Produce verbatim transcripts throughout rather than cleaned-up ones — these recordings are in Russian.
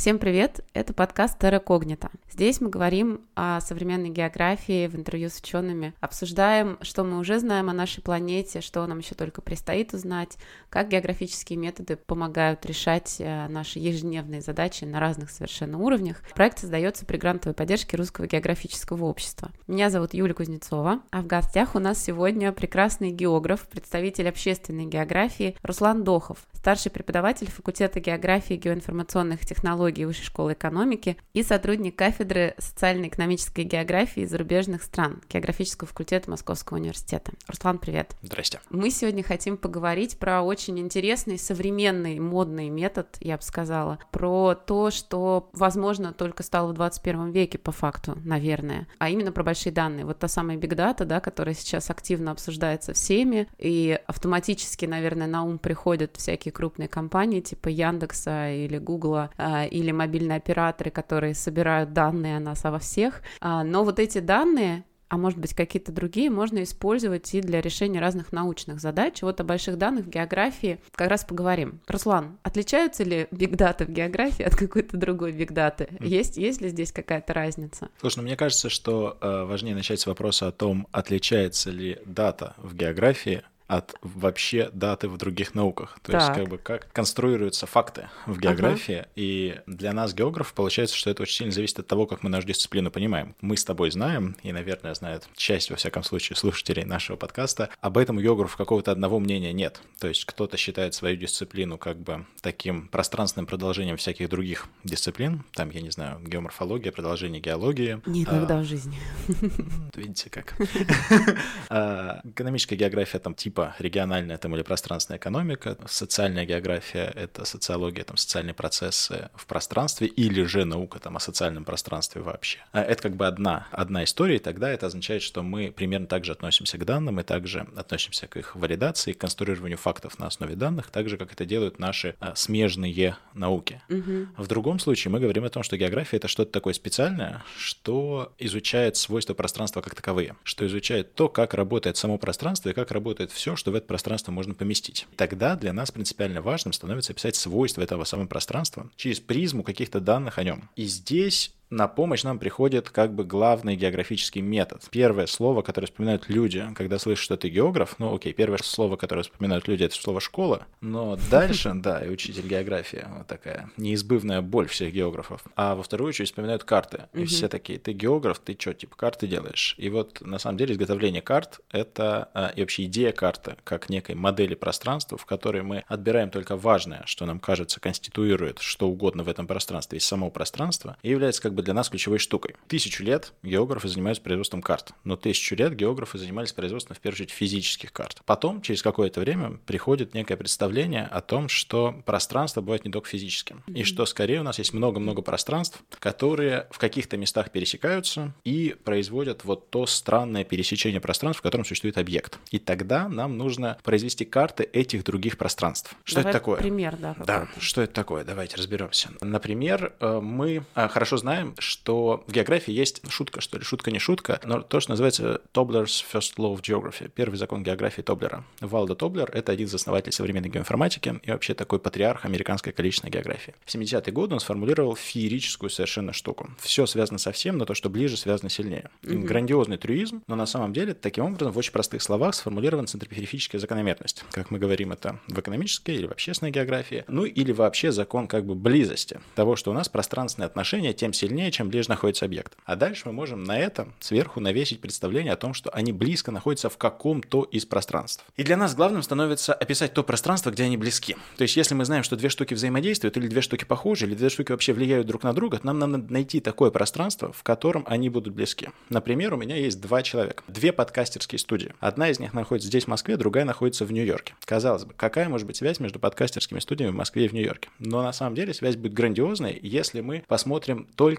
Всем привет! Это подкаст Terra Cognita. Здесь мы говорим о современной географии в интервью с учеными, обсуждаем, что мы уже знаем о нашей планете, что нам еще только предстоит узнать, как географические методы помогают решать наши ежедневные задачи на разных совершенно уровнях. Проект создается при грантовой поддержке Русского географического общества. Меня зовут Юлия Кузнецова, а в гостях у нас сегодня прекрасный географ, представитель общественной географии Руслан Дохов, старший преподаватель факультета географии и геоинформационных технологий Высшей школы экономики и сотрудник кафедры социально-экономической географии зарубежных стран Географического факультета Московского университета. Руслан, привет. Здрасте. Мы сегодня хотим поговорить про очень интересный, современный, модный метод, я бы сказала, про то, что, возможно, только стало в двадцать первом веке по факту, наверное, а именно про большие данные. Вот та самая Big Data, да, которая сейчас активно обсуждается всеми, и автоматически, наверное, на ум приходят всякие крупные компании типа Яндекса или Гугла, или мобильные операторы, которые собирают данные о нас, о всех. Но вот эти данные, а может быть какие-то другие, можно использовать и для решения разных научных задач. Вот о больших данных в географии как раз поговорим. Руслан, отличаются ли Big Data в географии от какой-то другой Big Data? Mm. Есть, есть ли здесь какая-то разница? Слушай, ну мне кажется, что э, важнее начать с вопроса о том, отличается ли дата в географии от вообще даты в других науках. То так. есть как бы как конструируются факты в географии. Ага. И для нас, географов, получается, что это очень сильно зависит от того, как мы нашу дисциплину понимаем. Мы с тобой знаем, и, наверное, знает часть, во всяком случае, слушателей нашего подкаста, об этом у географов какого-то одного мнения нет. То есть кто-то считает свою дисциплину как бы таким пространственным продолжением всяких других дисциплин. Там, я не знаю, геоморфология, продолжение геологии. Никогда а, в жизни. Видите, как. Экономическая география там типа региональная там, или пространственная экономика, социальная география — это социология, там, социальные процессы в пространстве, или же наука там, о социальном пространстве вообще. Это как бы одна, одна история, и тогда это означает, что мы примерно так же относимся к данным, и также относимся к их валидации, к конструированию фактов на основе данных, так же, как это делают наши а, смежные науки. Угу. В другом случае мы говорим о том, что география — это что-то такое специальное, что изучает свойства пространства как таковые, что изучает то, как работает само пространство и как работает все, что в это пространство можно поместить. Тогда для нас принципиально важным становится описать свойства этого самого пространства через призму каких-то данных о нем. И здесь на помощь нам приходит как бы главный географический метод. Первое слово, которое вспоминают люди, когда слышат, что ты географ, ну окей, первое слово, которое вспоминают люди, это слово «школа», но дальше, да, и учитель географии, вот такая неизбывная боль всех географов. А во вторую очередь вспоминают карты. И все такие: ты географ, ты что, типа карты делаешь? И вот на самом деле изготовление карт — это и вообще идея карты, как некой модели пространства, в которой мы отбираем только важное, что нам кажется конституирует что угодно в этом пространстве из самого пространства, и является как бы для нас ключевой штукой. Тысячу лет географы занимаются производством карт, но тысячу лет географы занимались производством, в первую очередь, физических карт. Потом, через какое-то время, приходит некое представление о том, что пространство бывает не только физическим, mm-hmm. и что скорее у нас есть много-много пространств, которые в каких-то местах пересекаются и производят вот то странное пересечение пространств, в котором существует объект. И тогда нам нужно произвести карты этих других пространств. Что Давай это такое? Пример, да. Да, что это такое? Давайте разберемся. Например, мы хорошо знаем, что в географии есть шутка, что ли, шутка не шутка, но то, что называется Tobler's First Law of Geography, первый закон географии Тоблера. Валдо Тоблер — это один из основателей современной геоинформатики и вообще такой патриарх американской количественной географии. В семидесятые годы он сформулировал феерическую совершенно штуку. Все связано со всем, но то, что ближе, связано сильнее. Mm-hmm. Грандиозный трюизм, но на самом деле таким образом в очень простых словах сформулирована центропериферическая закономерность. Как мы говорим это в экономической или в общественной географии. Ну или вообще закон как бы близости. Того, что у нас пространственные отношения тем сильнее, чем ближе находится объект. А дальше мы можем на это сверху навесить представление о том, что они близко находятся в каком-то из пространств. И для нас главным становится описать то пространство, где они близки. То есть, если мы знаем, что две штуки взаимодействуют, или две штуки похожи, или две штуки вообще влияют друг на друга, то нам надо найти такое пространство, в котором они будут близки. Например, у меня есть два человека, две подкастерские студии. Одна из них находится здесь, в Москве, другая находится в Нью-Йорке. Казалось бы, какая может быть связь между подкастерскими студиями в Москве и в Нью-Йорке? Но на самом деле связь будет грандиозной, если мы посмотрим только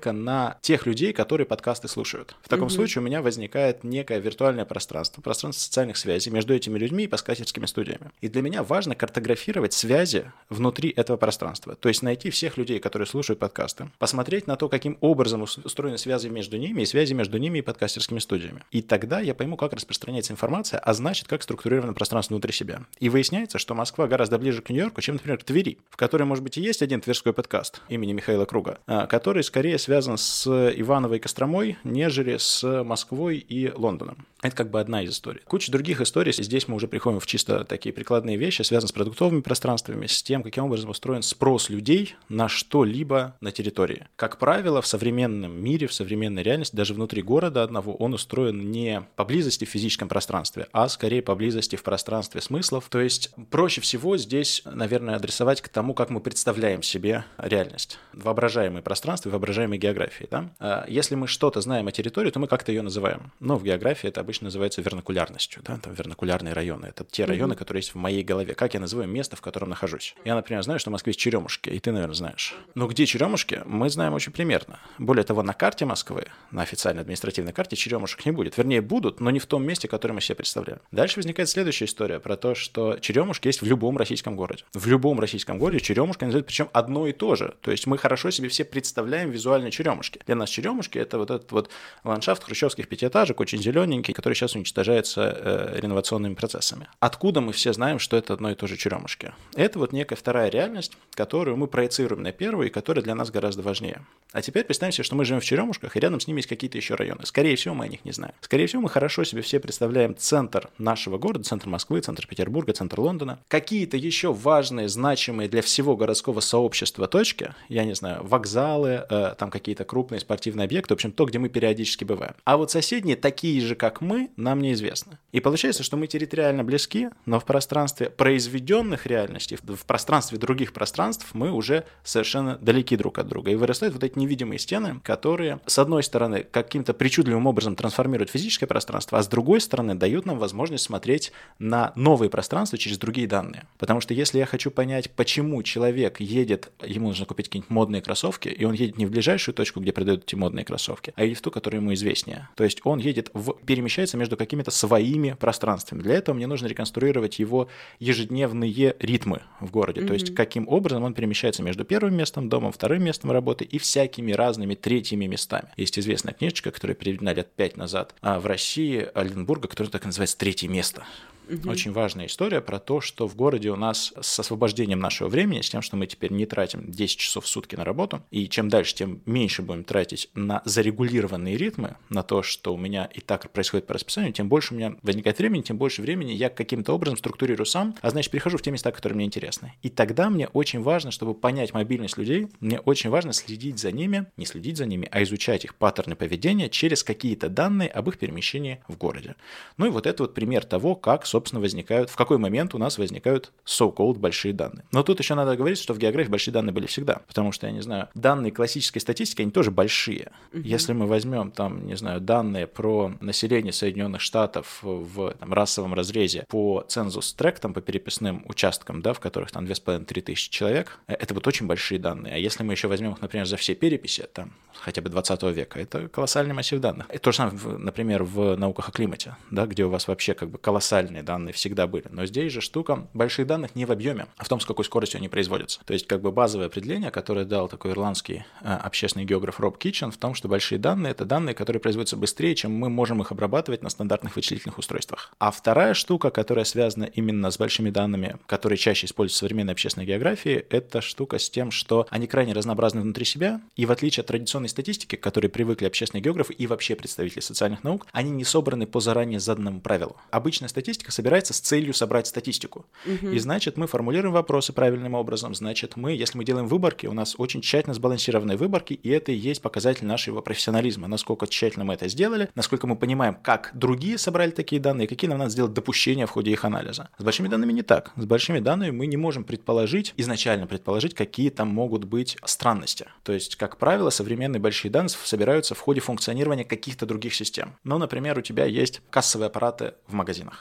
только на тех людей, которые подкасты слушают. В таком mm-hmm. случае у меня возникает некое виртуальное пространство, пространство социальных связей между этими людьми и подкастерскими студиями. И для меня важно картографировать связи внутри этого пространства. То есть найти всех людей, которые слушают подкасты, посмотреть на то, каким образом устроены связи между ними и связи между ними и подкастерскими студиями. И тогда я пойму, как распространяется информация, а значит, как структурировано пространство внутри себя. И выясняется, что Москва гораздо ближе к Нью-Йорку, чем, например, к Твери, в которой, может быть, и есть один тверской подкаст имени Михаила Круга, который скорее связан с Ивановой и Костромой, нежели с Москвой и Лондоном. Это как бы одна из историй. Куча других историй. Здесь мы уже приходим в чисто такие прикладные вещи, связанные с продуктовыми пространствами, с тем, каким образом устроен спрос людей на что-либо на территории. Как правило, в современном мире, в современной реальности, даже внутри города одного, он устроен не поблизости в физическом пространстве, а скорее поблизости в пространстве смыслов. То есть проще всего здесь, наверное, адресовать к тому, как мы представляем себе реальность. Воображаемое пространство, воображаемой географии. Да? Если мы что-то знаем о территории, то мы как-то ее называем. Но в географии это обычно называется вернакулярностью. Да? Там вернакулярные районы. Это те районы, mm-hmm. которые есть в моей голове. Как я называю место, в котором нахожусь? Я, например, знаю, что в Москве есть Черемушки, и ты, наверное, знаешь. Но где Черемушки, мы знаем очень примерно. Более того, на карте Москвы, на официальной административной карте, Черемушек не будет. Вернее, будут, но не в том месте, которое мы себе представляем. Дальше возникает следующая история про то, что Черемушки есть в любом российском городе. В любом российском городе Черемушка называют, причем одно и то же. То есть мы хорошо себе все представляем визуально Черемушки. Для нас Черемушки — это вот этот вот ландшафт хрущевских пятиэтажек, очень зелененький, который сейчас уничтожается э, реновационными процессами. Откуда мы все знаем, что это одно и то же Черемушки? Это вот некая вторая реальность, которую мы проецируем на первую и которая для нас гораздо важнее. А теперь представим себе, что мы живем в Черемушках, и рядом с ними есть какие-то еще районы. Скорее всего, мы о них не знаем. Скорее всего, мы хорошо себе все представляем центр нашего города, центр Москвы, центр Петербурга, центр Лондона. Какие-то еще важные, значимые для всего городского сообщества точки, я не знаю, вокзалы, э, там какие-то крупные спортивные объекты, в общем, то, где мы периодически бываем. А вот соседние, такие же, как мы, нам неизвестны. И получается, что мы территориально близки, но в пространстве произведенных реальностей, в пространстве других пространств мы уже совершенно далеки друг от друга. И вырастают вот эти невидимые стены, которые, с одной стороны, каким-то причудливым образом трансформируют физическое пространство, а с другой стороны, дают нам возможность смотреть на новые пространства через другие данные. Потому что если я хочу понять, почему человек едет, ему нужно купить какие-нибудь модные кроссовки, и он едет не в ближайшую точку, где продают эти модные кроссовки, а едет в ту, которая ему известнее. То есть он едет в, перемещается между какими-то своими пространствами. Для этого мне нужно реконструировать его ежедневные ритмы в городе. Mm-hmm. То есть каким образом он перемещается между первым местом дома, вторым местом работы и всякими разными третьими местами. Есть известная книжечка, которая переведена лет пять назад а в России, Альденбурга, которая так и называется «Третье место». Угу. Очень важная история про то, что в городе у нас с освобождением нашего времени, с тем, что мы теперь не тратим десять часов в сутки на работу, и чем дальше, тем меньше будем тратить на зарегулированные ритмы, на то, что у меня и так происходит по расписанию, тем больше у меня возникает времени, тем больше времени я каким-то образом структурирую сам, а значит, перехожу в те места, которые мне интересны. И тогда мне очень важно, чтобы понять мобильность людей, мне очень важно следить за ними, не следить за ними, а изучать их паттерны поведения через какие-то данные об их перемещении в городе. Ну и вот это вот пример того, как, собственно, возникают, в какой момент у нас возникают so-called большие данные. Но тут еще надо говорить, что в географии большие данные были всегда, потому что, я не знаю, данные классической статистики, они тоже большие. Uh-huh. Если мы возьмем, там, не знаю, данные про население Соединенных Штатов в там, расовом разрезе по цензус-тректам, по переписным участкам, да, в которых там две с половиной - три тысячи человек, это вот очень большие данные. А если мы еще возьмем их, например, за все переписи, там, хотя бы двадцатого века, это колоссальный массив данных. И то же самое, например, в науках о климате, да, где у вас вообще как бы колоссальные данные всегда были. Но здесь же штука больших данных не в объеме, а в том, с какой скоростью они производятся. То есть как бы базовое определение, которое дал такой ирландский э, общественный географ Роб Китчен, в том, что большие данные — это данные, которые производятся быстрее, чем мы можем их обрабатывать на стандартных вычислительных устройствах. А вторая штука, которая связана именно с большими данными, которые чаще используются в современной общественной географии, это штука с тем, что они крайне разнообразны внутри себя, и в отличие от традиционной статистики, к которой привыкли общественные географы и вообще представители социальных наук, они не собраны по заранее заданному правилу. Обычная статистика собирается с целью собрать статистику. Uh-huh. И значит, мы формулируем вопросы правильным образом, значит, мы, если мы делаем выборки, у нас очень тщательно сбалансированные выборки, и это и есть показатель нашего профессионализма, насколько тщательно мы это сделали, насколько мы понимаем, как другие собрали такие данные, и какие нам надо сделать допущения в ходе их анализа. С большими данными не так. С большими данными мы не можем предположить, изначально предположить, какие там могут быть странности. То есть, как правило, современные большие данные собираются в ходе функционирования каких-то других систем. Ну, например, у тебя есть кассовые аппараты в магазинах. Кассовые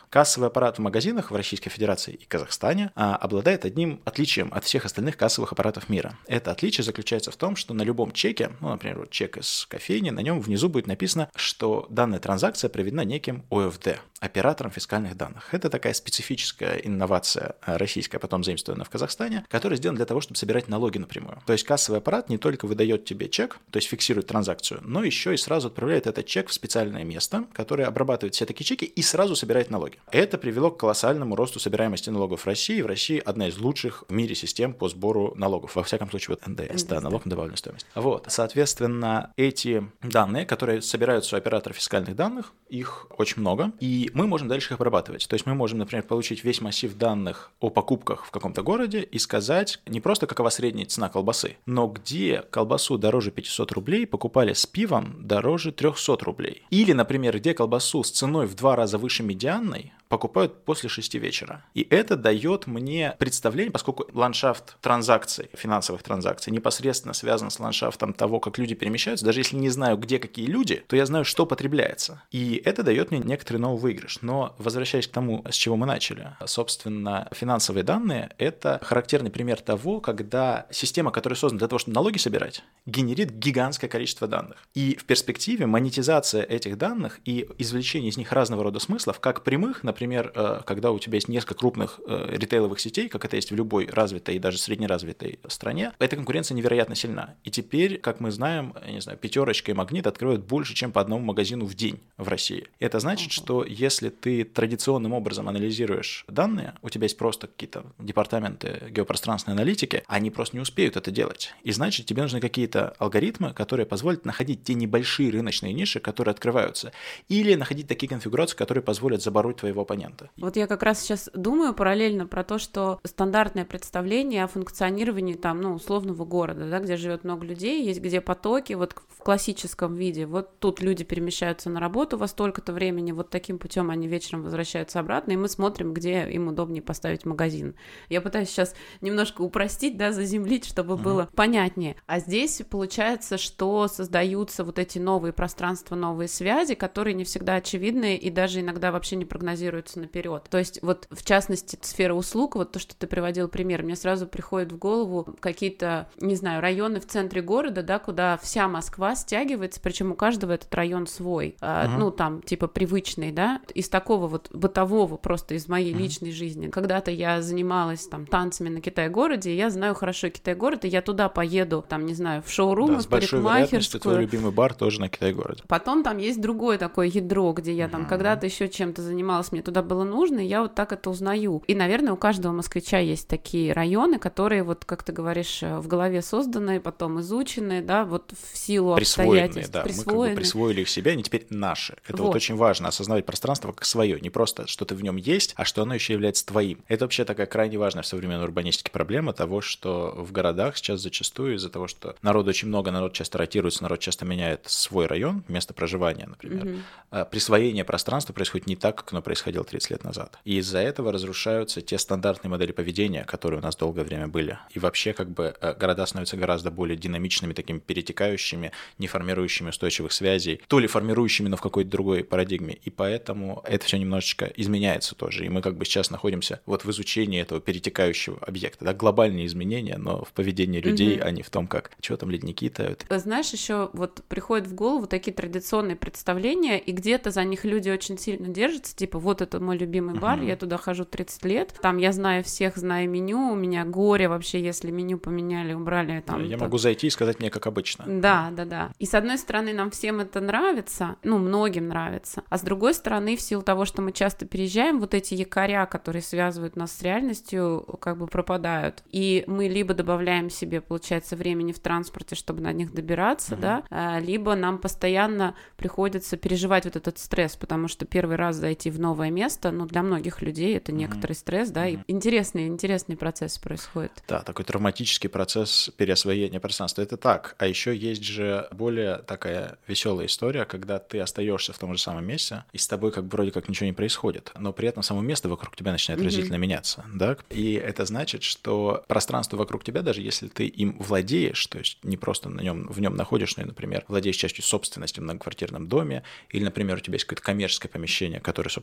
кассовый аппарат в магазинах в Российской Федерации и Казахстане а, обладает одним отличием от всех остальных кассовых аппаратов мира. Это отличие заключается в том, что на любом чеке, ну, например, вот чек из кофейни, на нем внизу будет написано, что данная транзакция проведена неким о эф дэ, оператором фискальных данных. Это такая специфическая инновация российская, потом заимствованная в Казахстане, которая сделана для того, чтобы собирать налоги напрямую. То есть кассовый аппарат не только выдает тебе чек, то есть фиксирует транзакцию, но еще и сразу отправляет этот чек в специальное место, которое обрабатывает все такие чеки и сразу собирает налоги. Это привело к колоссальному росту собираемости налогов в России. В России одна из лучших в мире систем по сбору налогов. Во всяком случае, вот эн дэ эс, да, налог на добавленную стоимость. Вот, соответственно, эти данные, которые собираются у оператора фискальных данных, их очень много, и мы можем дальше их обрабатывать. То есть мы можем, например, получить весь массив данных о покупках в каком-то городе и сказать не просто, какова средняя цена колбасы, но где колбасу дороже пятьсот рублей покупали с пивом дороже триста рублей. Или, например, где колбасу с ценой в два раза выше медианной покупают после шести вечера. И это дает мне представление, поскольку ландшафт транзакций, финансовых транзакций непосредственно связан с ландшафтом того, как люди перемещаются. Даже если не знаю, где какие люди, то я знаю, что потребляется. И это дает мне некоторый новый выигрыш. Но возвращаясь к тому, с чего мы начали, собственно, финансовые данные — это характерный пример того, когда система, которая создана для того, чтобы налоги собирать, генерит гигантское количество данных. И в перспективе монетизация этих данных и извлечение из них разного рода смыслов, как прямых, например, Например, когда у тебя есть несколько крупных ритейловых сетей, как это есть в любой развитой и даже среднеразвитой стране, эта конкуренция невероятно сильна. И теперь, как мы знаем, я не знаю, Пятерочка и Магнит открывают больше, чем по одному магазину в день в России. Это значит, uh-huh. что если ты традиционным образом анализируешь данные, у тебя есть просто какие-то департаменты геопространственной аналитики, они просто не успеют это делать. И значит, тебе нужны какие-то алгоритмы, которые позволят находить те небольшие рыночные ниши, которые открываются, или находить такие конфигурации, которые позволят забороть твоего оппонента. Вот я как раз сейчас думаю параллельно про то, что стандартное представление о функционировании там, ну, условного города, да, где живет много людей, есть где потоки, вот в классическом виде, вот тут люди перемещаются на работу во столько-то времени, вот таким путем они вечером возвращаются обратно, и мы смотрим, где им удобнее поставить магазин. Я пытаюсь сейчас немножко упростить, да, заземлить, чтобы uh-huh. было понятнее. А здесь получается, что создаются вот эти новые пространства, новые связи, которые не всегда очевидны и даже иногда вообще не прогнозируют наперед. То есть вот в частности сфера услуг, вот то, что ты приводил пример, мне сразу приходит в голову какие-то, не знаю, районы в центре города, да, куда вся Москва стягивается, причем у каждого этот район свой, uh-huh. ну там типа привычный, да, из такого вот бытового просто из моей uh-huh. личной жизни. Когда-то я занималась там танцами на Китай-городе, и я знаю хорошо Китай-город, и я туда поеду, там, не знаю, в шоурум, да, в парикмахерскую. С большой вероятностью твой любимый бар тоже на Китай-городе. Потом там есть другое такое ядро, где я там uh-huh. когда-то еще чем-то занималась, мне туда было нужно, и я вот так это узнаю. И, наверное, у каждого москвича есть такие районы, которые, вот, как ты говоришь, в голове созданы, потом изучены, да, вот в силу обстоятельств. Да, присвоены. Мы как бы присвоили их себе, они теперь наши. Это вот. вот очень важно, осознавать пространство как свое, не просто, что ты в нем есть, а что оно еще является твоим. Это вообще такая крайне важная в современной урбанистике проблема того, что в городах сейчас зачастую из-за того, что народу очень много, народ часто ротируется, народ часто меняет свой район, место проживания, например, угу. присвоение пространства происходит не так, как оно происходило тридцать лет назад. И из-за этого разрушаются те стандартные модели поведения, которые у нас долгое время были. И вообще как бы города становятся гораздо более динамичными, такими перетекающими, не формирующими устойчивых связей, то ли формирующими, но в какой-то другой парадигме. И поэтому это все немножечко изменяется тоже. И мы как бы сейчас находимся вот в изучении этого перетекающего объекта. Да? Глобальные изменения, но в поведении людей, mm-hmm. а не в том, как, что там ледники тают. Знаешь, еще вот приходят в голову такие традиционные представления, и где-то за них люди очень сильно держатся, типа вот это мой любимый бар, mm-hmm. я туда хожу тридцать лет, там я знаю всех, знаю меню, у меня горе вообще, если меню поменяли, убрали там. Я так... могу зайти и сказать мне, как обычно. Да, да, да. И с одной стороны, нам всем это нравится, ну, многим нравится, а с другой стороны, в силу того, что мы часто переезжаем, вот эти якоря, которые связывают нас с реальностью, как бы пропадают. И мы либо добавляем себе, получается, времени в транспорте, чтобы на них добираться, mm-hmm. да, либо нам постоянно приходится переживать вот этот стресс, потому что первый раз зайти в новое место, ну, для многих людей это некоторый mm-hmm. стресс, да, mm-hmm. и интересный, интересный процесс происходит. Да, такой травматический процесс переосвоения пространства. Это так. А еще есть же более такая веселая история, когда ты остаешься в том же самом месте, и с тобой как бы вроде как ничего не происходит, но при этом само место вокруг тебя начинает mm-hmm. разительно меняться, да, и это значит, что пространство вокруг тебя, даже если ты им владеешь, то есть не просто на нем, в нем находишься, но, например, владеешь частью собственности в многоквартирном доме, или, например, у тебя есть какое-то коммерческое помещение, которое, собственно, является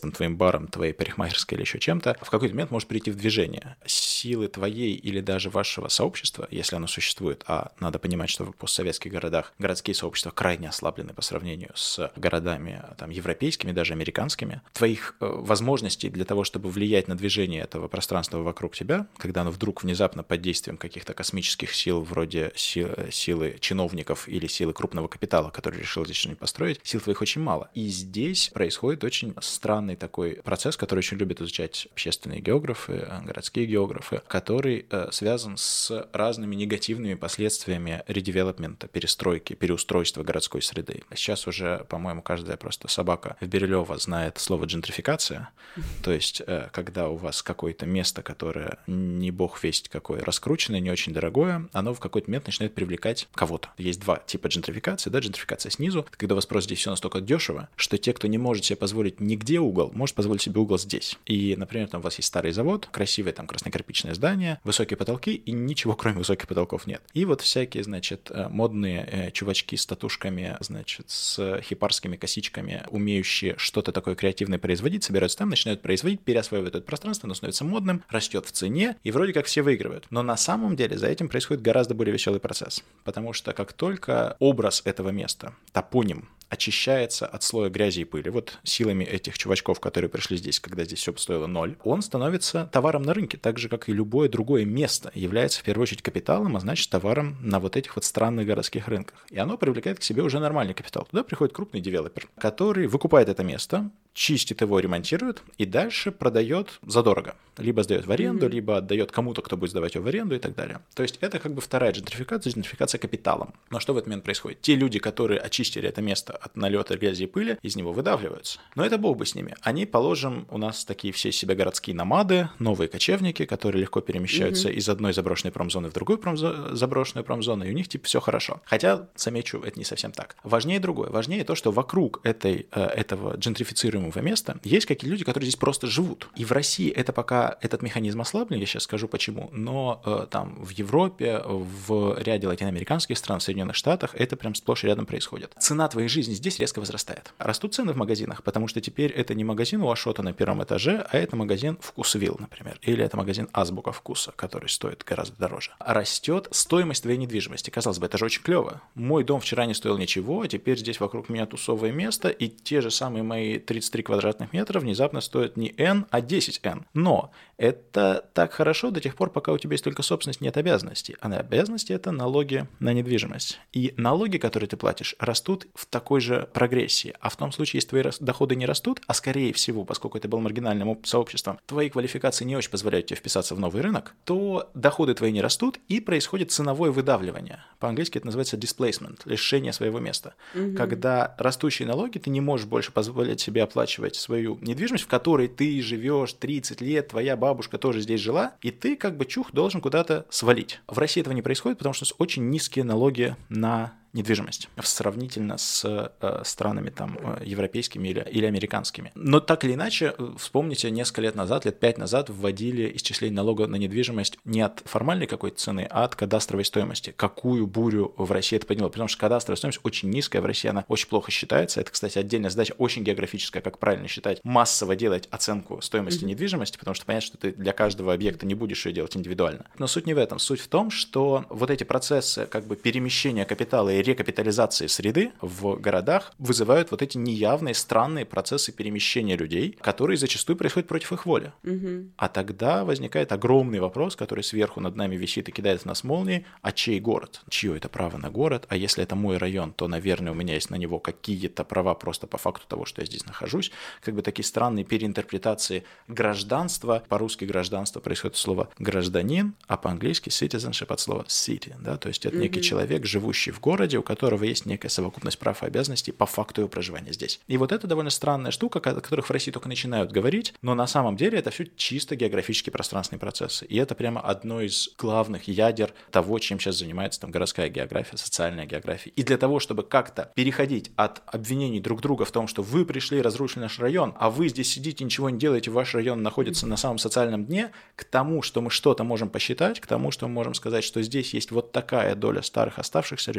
местом, твоим баром, твоей парикмахерской или еще чем-то, в какой-то момент может прийти в движение. Силы твоей или даже вашего сообщества, если оно существует, а надо понимать, что в постсоветских городах городские сообщества крайне ослаблены по сравнению с городами там, европейскими, даже американскими, твоих э, возможностей для того, чтобы влиять на движение этого пространства вокруг тебя, когда оно вдруг внезапно под действием каких-то космических сил, вроде сил, силы чиновников или силы крупного капитала, который решил здесь что-нибудь построить, сил твоих очень мало. И здесь происходит очень странный такой процесс, который очень любят изучать общественные географы, городские географы, который э, связан с разными негативными последствиями редевелопмента, перестройки, переустройства городской среды. Сейчас уже, по-моему, каждая просто собака в Бирюлево знает слово «джентрификация», то есть э, когда у вас какое-то место, которое не бог весть какое, раскрученное, не очень дорогое, оно в какой-то момент начинает привлекать кого-то. Есть два типа джентрификации, да, джентрификация снизу, когда у вас просто здесь все настолько дешево, что те, кто не может себе позволить нигде угол, может позволить себе угол здесь. И, например, там у вас есть старый завод, красивое там краснокирпичное здание, высокие потолки, и ничего кроме высоких потолков нет. И вот всякие, значит, модные э, чувачки с татушками, значит, с хипарскими косичками, умеющие что-то такое креативное производить, собираются там, начинают производить, переосваивают это пространство, оно становится модным, растет в цене, и вроде как все выигрывают. Но на самом деле за этим происходит гораздо более веселый процесс, потому что как только образ этого места, топоним, очищается от слоя грязи и пыли, вот силами этих чувачков, которые пришли здесь, когда здесь все стоило ноль, он становится товаром на рынке, так же, как и любое другое место является в первую очередь капиталом, а значит товаром на вот этих вот странных городских рынках. И оно привлекает к себе уже нормальный капитал. Туда приходит крупный девелопер, который выкупает это место, чистит его, ремонтирует и дальше продает задорого. Либо сдает в аренду, mm-hmm. либо отдает кому-то, кто будет сдавать его в аренду и так далее. То есть это как бы вторая джентрификация, джентрификация капиталом. Но что в этот момент происходит? Те люди, которые очистили это место от налета грязи и пыли, из него выдавливаются. Но это бог бы с ними. Они, положим, у нас такие все из себя городские номады, новые кочевники, которые легко перемещаются mm-hmm. из одной заброшенной промзоны в другую промзо- заброшенную промзону, и у них типа все хорошо. Хотя, замечу, это не совсем так. Важнее другое. Важнее то, что вокруг этой, этого джентрифицируемого места есть какие-то люди, которые здесь просто живут. И в России это пока этот механизм ослаблен, я сейчас скажу почему, но э, там в Европе, в ряде латиноамериканских стран, в Соединенных Штатах это прям сплошь и рядом происходит. Цена твоей жизни здесь резко возрастает. Растут цены в магазинах, потому что теперь это не магазин у Ашота на первом этаже, а это магазин Вкусвилл, например, или это магазин Азбука Вкуса, который стоит гораздо дороже. Растет стоимость твоей недвижимости. Казалось бы, это же очень клево. Мой дом вчера не стоил ничего, а теперь здесь вокруг меня тусовое место, и те же самые мои тридцать три квадратных метра внезапно стоят не N, а десять N. Но это так хорошо до тех пор, пока у тебя есть только собственность, нет обязанностей. А на обязанности — это налоги на недвижимость. И налоги, которые ты платишь, растут в такой же прогрессии. А в том случае, если твои доходы не растут, а скорее всего, поскольку это был маргинальным сообществом, твои квалификации не очень позволяют тебе вписаться в новый рынок, то доходы твои не растут, и происходит ценовое выдавливание. По-английски это называется displacement, лишение своего места. Mm-hmm. Когда растущие налоги, ты не можешь больше позволить себе оплачивать свою недвижимость, в которой ты живешь тридцать лет, твоя бабушка тоже здесь жила, и ты как бы чух должен куда-то свалить. В России этого не происходит, потому что у нас очень низкие налоги на недвижимость сравнительно с э, странами там э, европейскими или, или американскими. Но так или иначе, вспомните, несколько лет назад, лет пять назад вводили исчисление налога на недвижимость не от формальной какой-то цены, а от кадастровой стоимости. Какую бурю в России это подняло? Потому что кадастровая стоимость очень низкая, в России она очень плохо считается. Это, кстати, отдельная задача, очень географическая, как правильно считать, массово делать оценку стоимости mm-hmm. недвижимости, потому что понятно, что ты для каждого объекта не будешь ее делать индивидуально. Но суть не в этом. Суть в том, что вот эти процессы как бы перемещения капитала и рекапитализации среды в городах вызывают вот эти неявные, странные процессы перемещения людей, которые зачастую происходят против их воли. Угу. А тогда возникает огромный вопрос, который сверху над нами висит и кидает в нас молнии: а чей город? Чье это право на город? А если это мой район, то, наверное, у меня есть на него какие-то права просто по факту того, что я здесь нахожусь. Как бы такие странные переинтерпретации гражданства. По-русски гражданство происходит слово «гражданин», а по-английски citizenship от слова city. Да? То есть это угу. некий человек, живущий в городе, у которого есть некая совокупность прав и обязанностей по факту его проживания здесь. И вот это довольно странная штука, о которых в России только начинают говорить, но на самом деле это все чисто географические пространственные процессы. И это прямо одно из главных ядер того, чем сейчас занимается там городская география, социальная география. И для того, чтобы как-то переходить от обвинений друг друга в том, что вы пришли и разрушили наш район, а вы здесь сидите, ничего не делаете, ваш район находится на самом социальном дне, к тому, что мы что-то можем посчитать, к тому, что мы можем сказать, что здесь есть вот такая доля старых оставшихся людей, вот здесь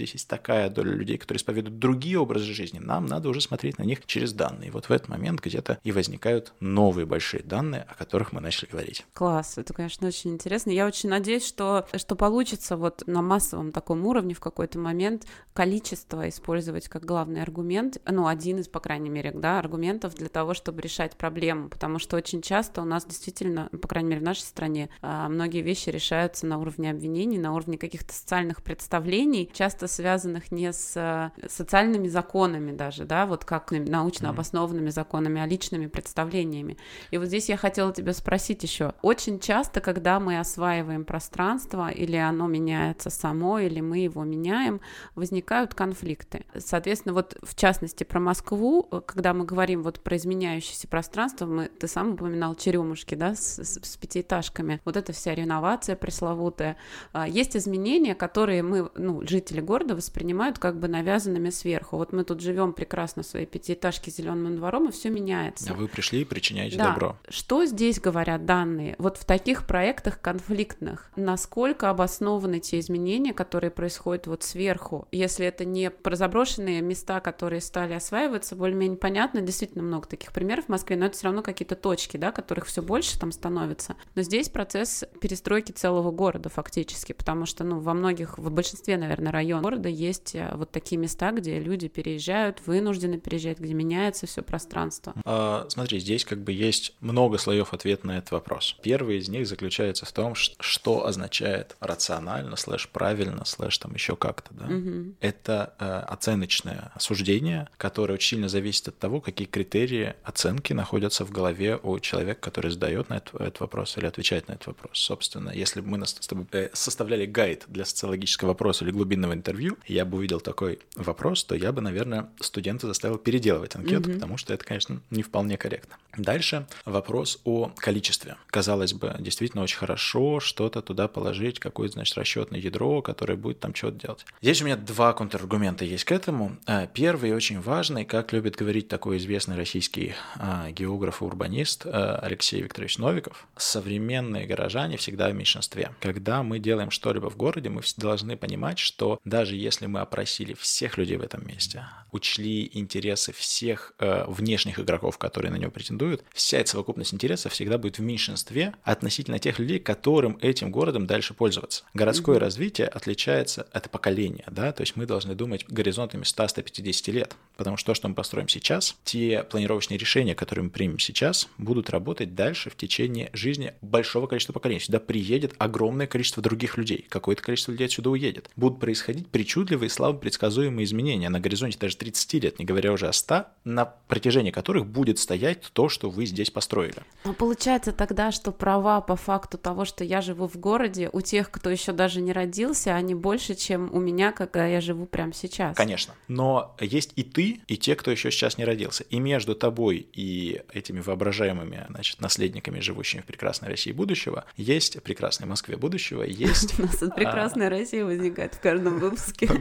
здесь есть такая доля людей, которые исповедуют другие образы жизни, нам надо уже смотреть на них через данные. И вот в этот момент где-то и возникают новые большие данные, о которых мы начали говорить. Класс, это, конечно, очень интересно. Я очень надеюсь, что, что получится вот на массовом таком уровне в какой-то момент количество использовать как главный аргумент, ну, один из, по крайней мере, да, аргументов для того, чтобы решать проблему, потому что очень часто у нас действительно, по крайней мере, в нашей стране, многие вещи решаются на уровне обвинений, на уровне каких-то социальных представлений, часто связанных не с социальными законами даже, да, вот как научно обоснованными законами, а личными представлениями. И вот здесь я хотела тебя спросить еще. Очень часто, когда мы осваиваем пространство, или оно меняется само, или мы его меняем, возникают конфликты. Соответственно, вот в частности про Москву, когда мы говорим вот про изменяющееся пространство, мы, ты сам упоминал черемушки, да, с, с, с пятиэтажками, вот эта вся реновация пресловутая. Есть изменения, которые мы, ну, жители города воспринимают как бы навязанными сверху. Вот мы тут живем прекрасно в своей пятиэтажке с зеленым двором, и все меняется. А вы пришли и причиняете да. добро. Что здесь говорят данные? Вот в таких проектах конфликтных, насколько обоснованы те изменения, которые происходят вот сверху? Если это не про заброшенные места, которые стали осваиваться, более-менее понятно, действительно много таких примеров в Москве, но это все равно какие-то точки, да, которых все больше там становится. Но здесь процесс перестройки целого города фактически, потому что, ну, во многих, в большинстве, наверное, районов города есть вот такие места, где люди переезжают, вынуждены переезжать, где меняется все пространство. А, смотри, здесь как бы есть много слоев ответа на этот вопрос. Первый из них заключается в том, что означает рационально, слэш правильно, слэш там еще как-то, да. Угу. Это э, оценочное суждение, которое очень сильно зависит от того, какие критерии оценки находятся в голове у человека, который задает на этот, этот вопрос или отвечает на этот вопрос. Собственно, если бы мы с тобой составляли гайд для социологического вопроса или глубинного интервью, я бы увидел такой вопрос, то я бы, наверное, студента заставил переделывать анкету, mm-hmm. потому что это, конечно, не вполне корректно. Дальше вопрос о количестве. Казалось бы, действительно очень хорошо что-то туда положить, какое-то, значит, расчетное ядро, которое будет там что-то делать. Здесь у меня два контраргумента есть к этому. Первый очень важный, как любит говорить такой известный российский географ и урбанист Алексей Викторович Новиков, современные горожане всегда в меньшинстве. Когда мы делаем что-либо в городе, мы должны понимать, что даже если мы опросили всех людей в этом месте, учли интересы всех э, внешних игроков, которые на него претендуют, вся эта совокупность интересов всегда будет в меньшинстве относительно тех людей, которым этим городом дальше пользоваться. Городское mm-hmm. развитие отличается от поколения, да, то есть мы должны думать горизонтами сто - сто пятьдесят лет, потому что то, что мы построим сейчас, те планировочные решения, которые мы примем сейчас, будут работать дальше в течение жизни большого количества поколений. Сюда приедет огромное количество других людей, какое-то количество людей отсюда уедет. Будут происходить причудливые, слабо предсказуемые изменения на горизонте даже тридцать лет, не говоря уже о ста, на протяжении которых будет стоять то, что вы здесь построили. Но получается тогда, что права по факту того, что я живу в городе, у тех, кто еще даже не родился, они больше, чем у меня, когда я живу прямо сейчас. Конечно. Но есть и ты, и те, кто еще сейчас не родился. И между тобой и этими воображаемыми, значит, наследниками, живущими в прекрасной России будущего, есть прекрасной Москве будущего, есть... У нас прекрасная Россия возникает в каждом выпуске.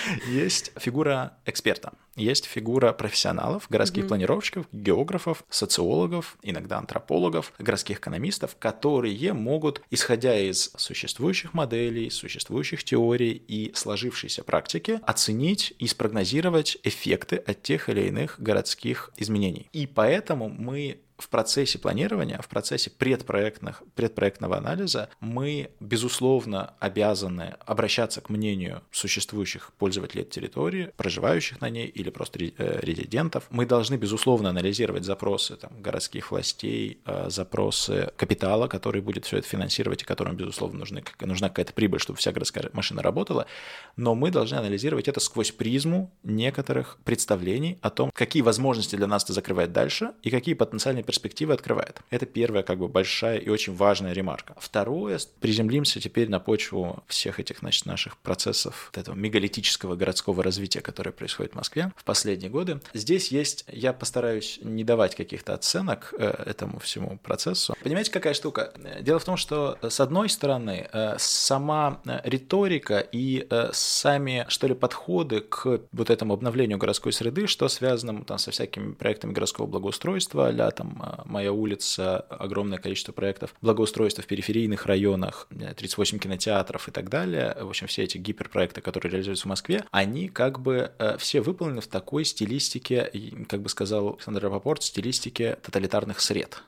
Есть фигура эксперта. Есть фигура профессионалов, городских mm-hmm. планировщиков, географов, социологов, иногда антропологов, городских экономистов, которые могут, исходя из существующих моделей, существующих теорий и сложившейся практики, оценить и спрогнозировать эффекты от тех или иных городских изменений. И поэтому мы в процессе планирования, в процессе предпроектных, предпроектного анализа мы, безусловно, обязаны обращаться к мнению существующих пользователей территории, проживающих на ней или просто резидентов. Мы должны, безусловно, анализировать запросы там, городских властей, запросы капитала, который будет все это финансировать и которому, безусловно, нужны, нужна какая-то прибыль, чтобы вся городская машина работала. Но мы должны анализировать это сквозь призму некоторых представлений о том, какие возможности для нас это закрывает дальше и какие потенциальные перспективы открывает. Это первая как бы большая и очень важная ремарка. Второе, приземлимся теперь на почву всех этих, значит, наших процессов, вот этого мегалитического городского развития, которое происходит в Москве в последние годы. Здесь есть, я постараюсь не давать каких-то оценок э, этому всему процессу. Понимаете, какая штука? Дело в том, что с одной стороны, э, сама риторика и э, сами, что ли, подходы к вот этому обновлению городской среды, что связано там со всякими проектами городского благоустройства, а-ля там там «Моя улица», огромное количество проектов благоустройства в периферийных районах, тридцать восемь кинотеатров и так далее, в общем, все эти гиперпроекты, которые реализуются в Москве, они как бы все выполнены в такой стилистике, как бы сказал Александр Рапопорт, стилистике тоталитарных сред.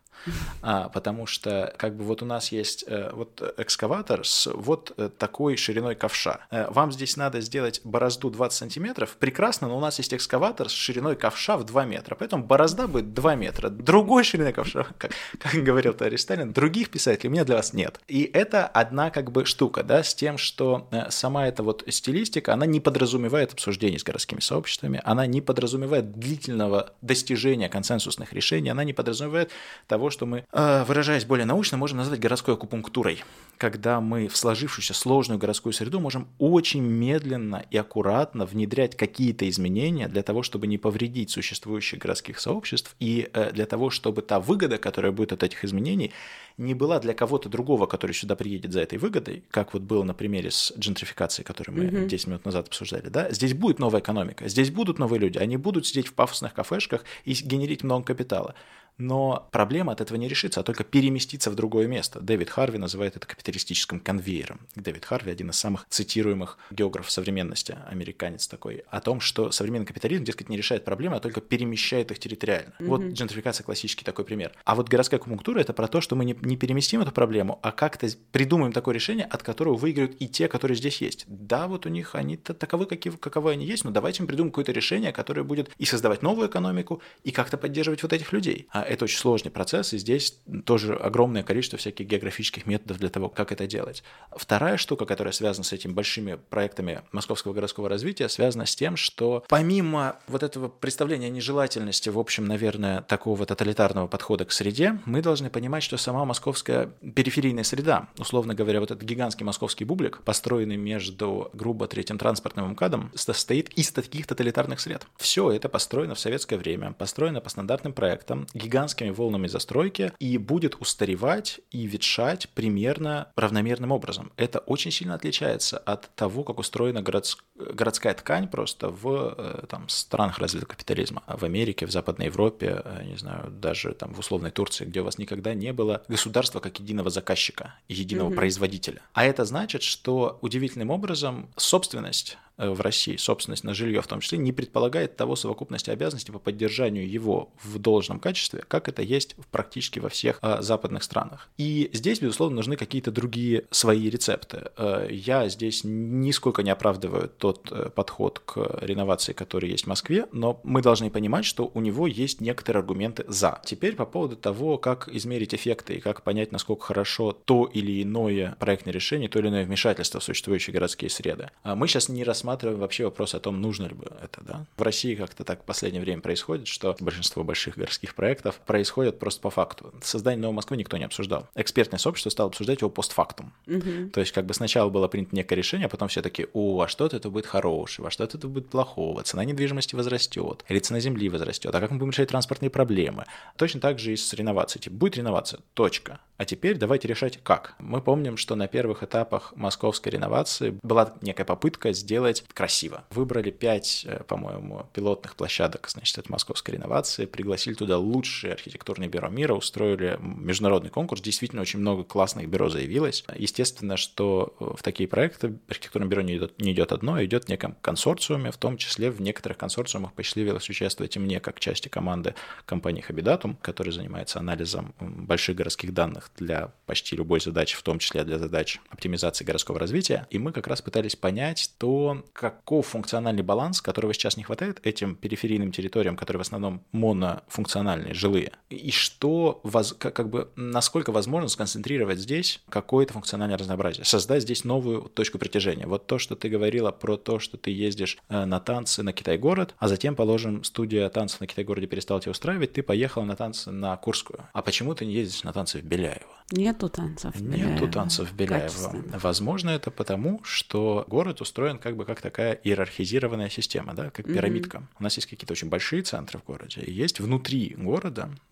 А, потому что как бы вот у нас есть э, вот экскаватор с вот э, такой шириной ковша. Э, вам здесь надо сделать борозду двадцать сантиметров, прекрасно, но у нас есть экскаватор с шириной ковша в два метра, поэтому борозда будет два метра. Другой ширины ковша, как, как говорил товарищ Сталин, других писателей у меня для вас нет. И это одна как бы штука, да, с тем, что э, сама эта вот стилистика, она не подразумевает обсуждений с городскими сообществами, она не подразумевает длительного достижения консенсусных решений, она не подразумевает того, что мы, выражаясь более научно, можем назвать городской акупунктурой, когда мы в сложившуюся сложную городскую среду можем очень медленно и аккуратно внедрять какие-то изменения для того, чтобы не повредить существующих городских сообществ и для того, чтобы та выгода, которая будет от этих изменений, не была для кого-то другого, который сюда приедет за этой выгодой, как вот было на примере с джентрификацией, которую мы mm-hmm. десять минут назад обсуждали, да, здесь будет новая экономика, здесь будут новые люди, они будут сидеть в пафосных кафешках и генерить много капитала. Но проблема от этого не решится, а только переместиться в другое место. Дэвид Харви называет это капиталистическим конвейером. Дэвид Харви – один из самых цитируемых географов современности, американец такой, о том, что современный капитализм, дескать, не решает проблемы, а только перемещает их территориально. Mm-hmm. Вот джентрификация – классический такой пример. А вот городская акупунктура – это про то, что мы не, не переместим эту проблему, а как-то придумаем такое решение, от которого выиграют и те, которые здесь есть. Да, вот у них они таковы, какие, каковы они есть, но давайте им придумаем какое-то решение, которое будет и создавать новую экономику, и как-то поддерживать вот этих людей. Это очень сложный процесс, и здесь тоже огромное количество всяких географических методов для того, как это делать. Вторая штука, которая связана с этими большими проектами московского городского развития, связана с тем, что помимо вот этого представления о нежелательности, в общем, наверное, такого тоталитарного подхода к среде, мы должны понимать, что сама московская периферийная среда, условно говоря, вот этот гигантский московский бублик, построенный между, грубо, третьим транспортным МКАДом, состоит из таких тоталитарных сред. Все это построено в советское время, построено по стандартным проектам, гигантскими волнами застройки и будет устаревать и ветшать примерно равномерным образом. Это очень сильно отличается от того, как устроена город... городская ткань просто в там, странах развитого капитализма. В Америке, в Западной Европе, не знаю, даже там, в условной Турции, где у вас никогда не было государства как единого заказчика, единого mm-hmm. производителя. А это значит, что удивительным образом собственность в России, собственность на жилье в том числе, не предполагает того совокупности обязанностей по поддержанию его в должном качестве, как это есть практически во всех а, западных странах. И здесь, безусловно, нужны какие-то другие свои рецепты. А, я здесь нисколько не оправдываю тот а, подход к реновации, который есть в Москве, но мы должны понимать, что у него есть некоторые аргументы «за». Теперь по поводу того, как измерить эффекты и как понять, насколько хорошо то или иное проектное решение, то или иное вмешательство в существующие городские среды. А мы сейчас не рассматриваем вообще вопрос о том, нужно ли бы это, да. В России как-то так в последнее время происходит, что большинство больших городских проектов происходят просто по факту. Создание Новой Москвы никто не обсуждал. Экспертное сообщество стало обсуждать его постфактум. Угу. То есть как бы сначала было принято некое решение, а потом все такие: о, а что-то это будет хорошего, а что-то это будет плохого, цена недвижимости возрастет, или цена земли возрастет, а как мы будем решать транспортные проблемы. Точно так же и с реновацией. Типа, будет реновация, точка. А теперь давайте решать как. Мы помним, что на первых этапах московской реновации была некая попытка сделать красиво. Выбрали пять, по-моему, пилотных площадок, значит, от московской реновации, пригласили туда лучшие архитектурные бюро мира, устроили международный конкурс, действительно очень много классных бюро заявилось. Естественно, что в такие проекты архитектурное бюро не идет, не идет одно, идет в неком консорциуме, в том числе в некоторых консорциумах посчастливилось участвовать и мне, как части команды компании Habidatum, которая занимается анализом больших городских данных для почти любой задачи, в том числе для задач оптимизации городского развития. И мы как раз пытались понять то, каков функциональный баланс, которого сейчас не хватает этим периферийным территориям, которые в основном монофункциональные, жилые, и что, как бы, насколько возможно сконцентрировать здесь какое-то функциональное разнообразие, создать здесь новую точку притяжения. Вот то, что ты говорила про то, что ты ездишь на танцы на Китай-город, а затем, положим, студия танцев на Китай-городе перестала тебя устраивать, ты поехала на танцы на Курскую. А почему ты не ездишь на танцы в Беляево? Нету танцев в Беляево. Нету танцев в Беляево. Возможно, это потому, что город устроен как бы как такая иерархизированная система, да, как пирамидка. Mm-hmm. У нас есть какие-то очень большие центры в городе, и есть внутри города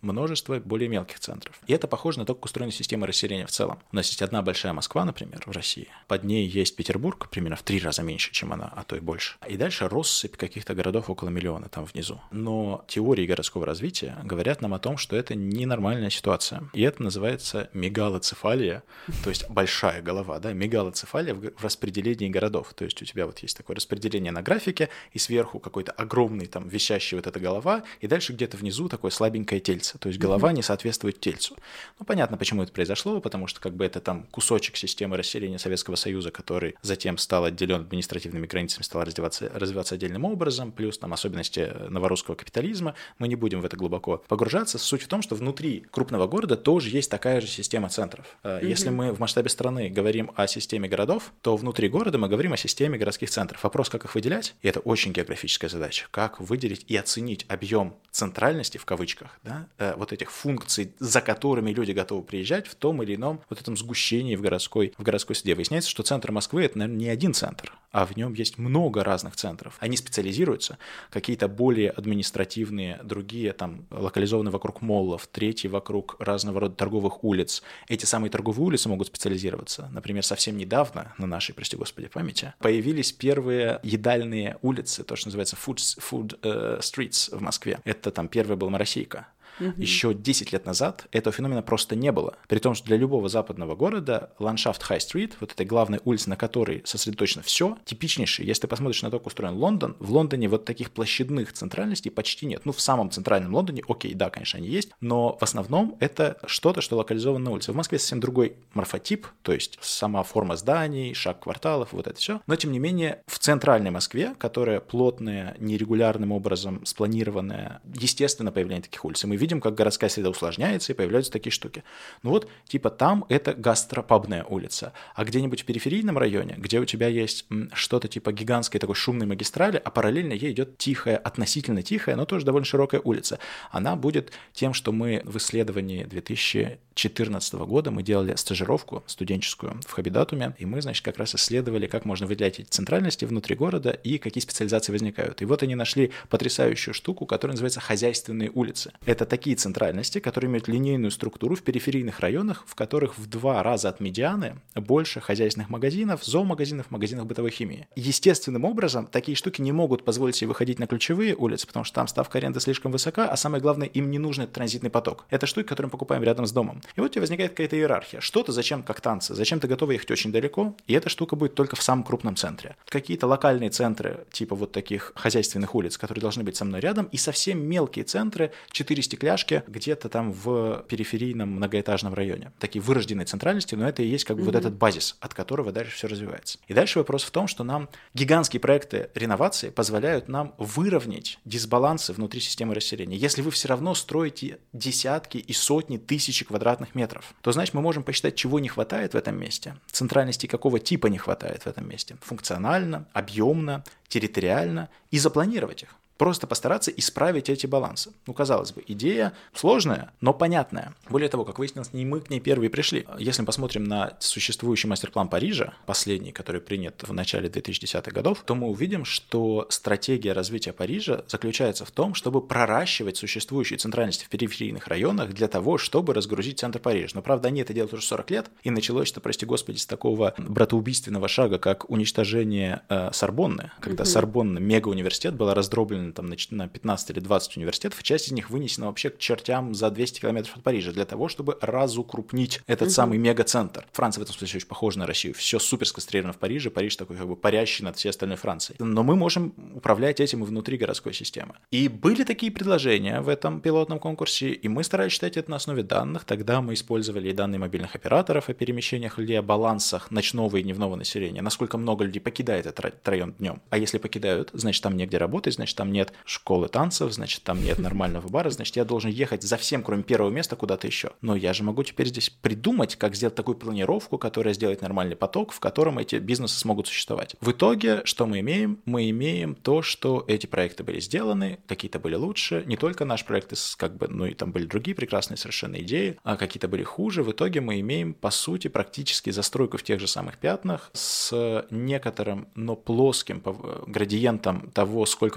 множество более мелких центров. И это похоже на то, как устроена система расселения в целом. У нас есть одна большая Москва, например, в России. Под ней есть Петербург, примерно в три раза меньше, чем она, а то и больше. И дальше россыпь каких-то городов около миллиона там внизу. Но теории городского развития говорят нам о том, что это ненормальная ситуация. И это называется мегалоцефалия, то есть большая голова, да, мегалоцефалия в распределении городов. То есть у тебя вот есть такое распределение на графике, и сверху какой-то огромный там висящий вот эта голова, и дальше где-то внизу такое слабенькое тельце. То есть голова mm-hmm. не соответствует тельцу. Ну, понятно, почему это произошло, потому что как бы это там кусочек системы расселения Советского Союза, который затем стал отделен административными границами, стал развиваться, развиваться отдельным образом, плюс там особенности новорусского капитализма. Мы не будем в это глубоко погружаться. Суть в том, что внутри крупного города тоже есть такая же система центров. Mm-hmm. Если мы в масштабе страны говорим о системе городов, то внутри города мы говорим о системе городских центров. Вопрос, как их выделять, и это очень географическая задача. Как выделить и оценить объем центральности, в кавычках, да, вот этих функций, за которыми люди готовы приезжать в том или ином вот этом сгущении в городской, в городской среде. Выясняется, что центр Москвы — это, наверное, не один центр, а в нем есть много разных центров. Они специализируются, какие-то более административные, другие там локализованы вокруг моллов, третьи вокруг разного рода торговых улиц. Эти самые торговые улицы могут специализироваться. Например, совсем недавно, на нашей, прости господи, памяти, появились первые едальные улицы, то, что называется food, food uh, streets в Москве. Это там первая была Моросейка. Uh-huh. Еще десять лет назад этого феномена просто не было. При том, что для любого западного города ландшафт Хай-стрит, вот этой главной улицы, на которой сосредоточено все, типичнейший. Если ты посмотришь на то, как устроен Лондон, в Лондоне вот таких площадных центральностей почти нет. Ну, в самом центральном Лондоне, окей, да, конечно, они есть, но в основном это что-то, что локализовано на улице. В Москве совсем другой морфотип, то есть сама форма зданий, шаг кварталов, вот это все. Но, тем не менее, в центральной Москве, которая плотная, нерегулярным образом спланированная, естественно, появление таких улиц. И мы видим, как городская среда усложняется, и появляются такие штуки. Ну вот, типа там это гастропабная улица, а где-нибудь в периферийном районе, где у тебя есть что-то типа гигантской такой шумной магистрали, а параллельно ей идет тихая, относительно тихая, но тоже довольно широкая улица, она будет тем, что мы в исследовании две тысячи четырнадцатого года мы делали стажировку студенческую в Хабидатуме, и мы, значит, как раз исследовали, как можно выделять эти центральности внутри города и какие специализации возникают. И вот они нашли потрясающую штуку, которая называется хозяйственные улицы. Это такие центральности, которые имеют линейную структуру в периферийных районах, в которых в два раза от медианы больше хозяйственных магазинов, зоомагазинов, магазинов бытовой химии. Естественным образом такие штуки не могут позволить себе выходить на ключевые улицы, потому что там ставка аренды слишком высока, а самое главное, им не нужен транзитный поток. Это штуки, которые мы покупаем рядом с домом. И вот у тебя возникает какая-то иерархия. Что-то зачем, как танцы. Зачем ты готова ехать очень далеко, и эта штука будет только в самом крупном центре. Какие-то локальные центры, типа вот таких хозяйственных улиц, которые должны быть со мной рядом, и совсем мелкие центры, четыре стекляшки, где-то там в периферийном многоэтажном районе. Такие вырожденные центральности, но это и есть как бы mm-hmm. вот этот базис, от которого дальше все развивается. И дальше вопрос в том, что нам гигантские проекты реновации позволяют нам выровнять дисбалансы внутри системы расселения. Если вы все равно строите десятки и сотни тысяч квадратных метров, то, значит, мы можем посчитать, чего не хватает в этом месте, центральности какого типа не хватает в этом месте, функционально, объемно, территориально, и запланировать их. Просто постараться исправить эти балансы. Ну, казалось бы, идея сложная, но понятная. Более того, как выяснилось, не мы к ней первые пришли. Если мы посмотрим на существующий мастер-план Парижа, последний, который принят в начале две тысячи десятых годов, то мы увидим, что стратегия развития Парижа заключается в том, чтобы проращивать существующие центральности в периферийных районах для того, чтобы разгрузить центр Парижа. Но, правда, они это делают уже сорок лет, и началось это, прости господи, с такого братоубийственного шага, как уничтожение э, Сорбонны, когда mm-hmm. Сорбонна, мега-университет, была раздроблена там на пятнадцать или двадцать университетов, и часть из них вынесена вообще к чертям за двести километров от Парижа для того, чтобы разукрупнить этот uh-huh. самый мегацентр. Франция в этом смысле очень похожа на Россию. Все супер сконцентрировано в Париже, Париж такой как бы парящий над всей остальной Францией. Но мы можем управлять этим и внутри городской системы. И были такие предложения в этом пилотном конкурсе, и мы старались считать это на основе данных. Тогда мы использовали и данные мобильных операторов о перемещениях людей, о балансах ночного и дневного населения, насколько много людей покидает этот район днем. А если покидают, значит, там негде работать, значит, там нет школы танцев, значит, там нет нормального бара, значит, я должен ехать за всем, кроме первого места, куда-то еще. Но я же могу теперь здесь придумать, как сделать такую планировку, которая сделает нормальный поток, в котором эти бизнесы смогут существовать. В итоге, что мы имеем? Мы имеем то, что эти проекты были сделаны, какие-то были лучше, не только наш проект, как бы, ну и там были другие прекрасные совершенно идеи, а какие-то были хуже. В итоге мы имеем, по сути, практически застройку в тех же самых пятнах с некоторым, но плоским градиентом того, сколько вы должны делать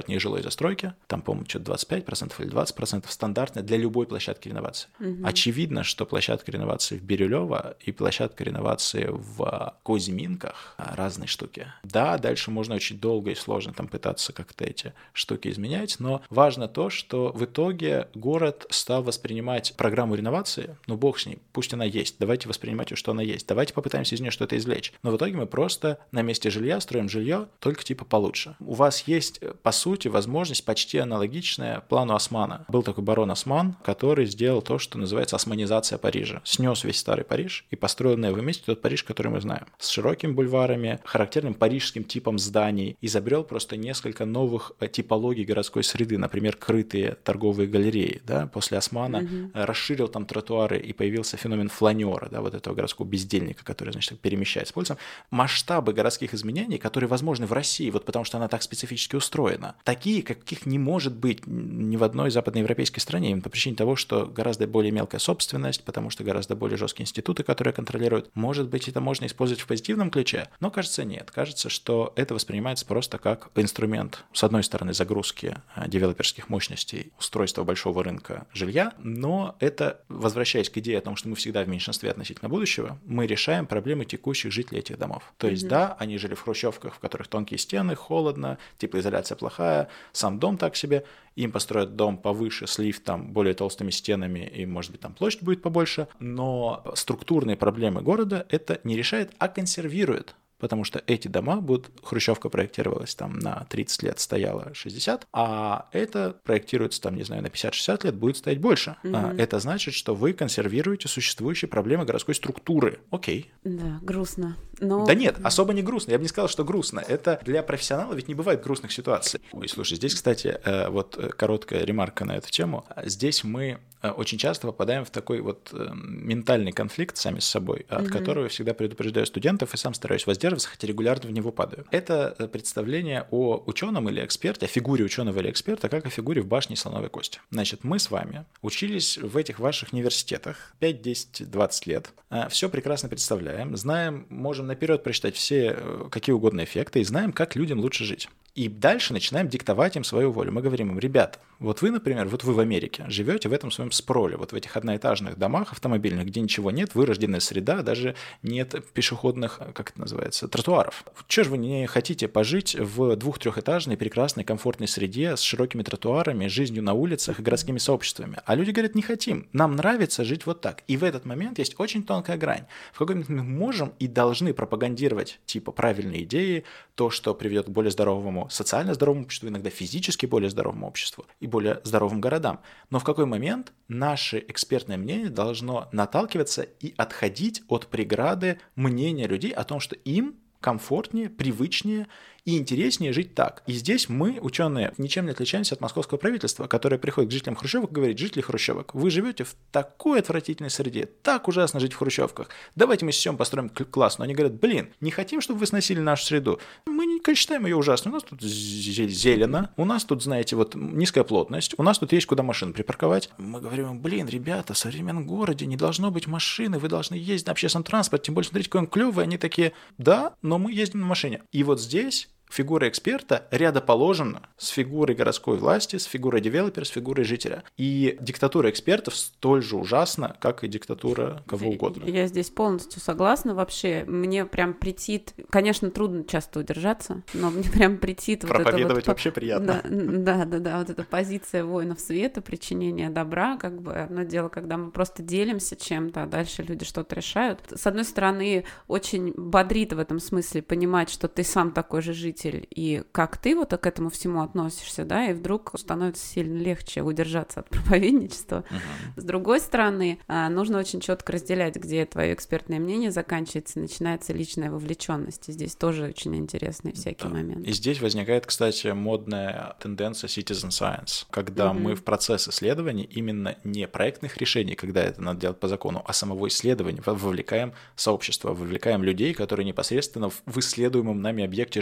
от нежилой застройки, там, по-моему, что-то двадцать пять процентов или двадцать процентов стандартно для любой площадки реновации. Угу. Очевидно, что площадка реновации в Бирюлево и площадка реновации в Кузьминках разные штуки. Да, дальше можно очень долго и сложно там пытаться как-то эти штуки изменять, но важно то, что в итоге город стал воспринимать программу реновации, ну бог с ней, пусть она есть, давайте воспринимать ее, что она есть, давайте попытаемся из нее что-то извлечь. Но в итоге мы просто на месте жилья строим жилье, только типа получше. У вас есть, по сути, возможность почти аналогичная плану Османа. Был такой барон Осман, который сделал то, что называется османизация Парижа. Снес весь старый Париж и построил на его месте тот Париж, который мы знаем. С широкими бульварами, характерным парижским типом зданий. Изобрел просто несколько новых типологий городской среды, например, крытые торговые галереи. Да? После Османа mm-hmm. расширил там тротуары, и появился феномен фланера, да, вот этого городского бездельника, который, значит, перемещается по улицам. Масштабы городских изменений, которые возможны в России, вот потому что она так специфически устроена, такие, каких не может быть ни в одной западноевропейской стране, именно по причине того, что гораздо более мелкая собственность, потому что гораздо более жесткие институты, которые контролируют. Может быть, это можно использовать в позитивном ключе, но, кажется, нет. Кажется, что это воспринимается просто как инструмент, с одной стороны, загрузки девелоперских мощностей, устройства большого рынка жилья, но это, возвращаясь к идее о том, что мы всегда в меньшинстве относительно будущего, мы решаем проблемы текущих жителей этих домов. То есть, mm-hmm. да, они жили в хрущевках, в которых тонкие стены, холодно, теплоизоляция плохая, сам дом так себе, им построят дом повыше с лифтом, более толстыми стенами, и, может быть, там площадь будет побольше, но структурные проблемы города это не решает, а консервирует. Потому что эти дома будут, хрущевка проектировалась там на тридцать лет, стояла шестьдесят, а это проектируется там, не знаю, на пятьдесят-шестьдесят лет, будет стоять больше. Mm-hmm. Это значит, что вы консервируете существующие проблемы городской структуры. Окей. Да, грустно. Но... Да нет, особо не грустно. Я бы не сказал, что грустно. Это для профессионала ведь не бывает грустных ситуаций. Ой, слушай, здесь, кстати, вот короткая ремарка на эту тему. Здесь мы очень часто попадаем в такой вот ментальный конфликт сами с собой, от mm-hmm. которого я всегда предупреждаю студентов и сам стараюсь воздерживаться, хотя регулярно в него падаю. Это представление о ученом или эксперте, о фигуре ученого или эксперта, как о фигуре в башне слоновой кости. Значит, мы с вами учились в этих ваших университетах пять, десять, двадцать лет, все прекрасно представляем, знаем, можем наперед прочитать все какие угодно эффекты и знаем, как людям лучше жить. И дальше начинаем диктовать им свою волю. Мы говорим им: ребята, вот вы, например, вот вы в Америке живете в этом своем спроле, вот в этих одноэтажных домах автомобильных, где ничего нет, вырожденная среда, даже нет пешеходных, как это называется, тротуаров. Чего же вы не хотите пожить в двух-трехэтажной прекрасной комфортной среде с широкими тротуарами, жизнью на улицах и городскими сообществами? А люди говорят: не хотим, нам нравится жить вот так. И в этот момент есть очень тонкая грань. В какой момент мы можем и должны пропагандировать типа правильные идеи, то, что приведет к более здоровому, социально здоровому обществу, иногда физически более здоровому обществу и более здоровым городам. Но в какой момент наше экспертное мнение должно наталкиваться и отходить от преграды мнения людей о том, что им комфортнее, привычнее и интереснее жить так. И здесь мы, ученые, ничем не отличаемся от московского правительства, которое приходит к жителям хрущевок и говорит: жители хрущевок, вы живете в такой отвратительной среде, так ужасно жить в хрущевках, давайте мы сейчас построим класс. Но они говорят: блин, не хотим, чтобы вы сносили нашу среду, мы не считаем ее ужасной, у нас тут зелено, у нас тут, знаете, вот низкая плотность, у нас тут есть куда машин припарковать. Мы говорим: блин, ребята, в современном городе не должно быть машины, вы должны ездить на общественном транспорте, тем более, смотрите, какой он клевый. Они такие: да, но мы ездим на машине. И вот здесь фигура эксперта рядоположена с фигурой городской власти, с фигурой девелопера, с фигурой жителя. И диктатура экспертов столь же ужасна, как и диктатура кого угодно. Я здесь полностью согласна. Вообще, мне прям претит... Конечно, трудно часто удержаться, но мне прям претит... Проповедовать вот это вообще вот... приятно. Да, да, да, да. Вот эта позиция воинов света, причинения добра, как бы одно дело, когда мы просто делимся чем-то, а дальше люди что-то решают. С одной стороны, очень бодрит в этом смысле понимать, что ты сам такой же житель, и как ты вот к этому всему относишься, да, и вдруг становится сильно легче удержаться от проповедничества. Uh-huh. С другой стороны, нужно очень четко разделять, где твое экспертное мнение заканчивается, начинается личная вовлеченность. И здесь тоже очень интересные всякие да. моменты. И здесь возникает, кстати, модная тенденция citizen science, когда uh-huh. мы в процесс исследований именно не проектных решений, когда это надо делать по закону, а самого исследования вовлекаем сообщество, вовлекаем людей, которые непосредственно в исследуемом нами объекте живут, и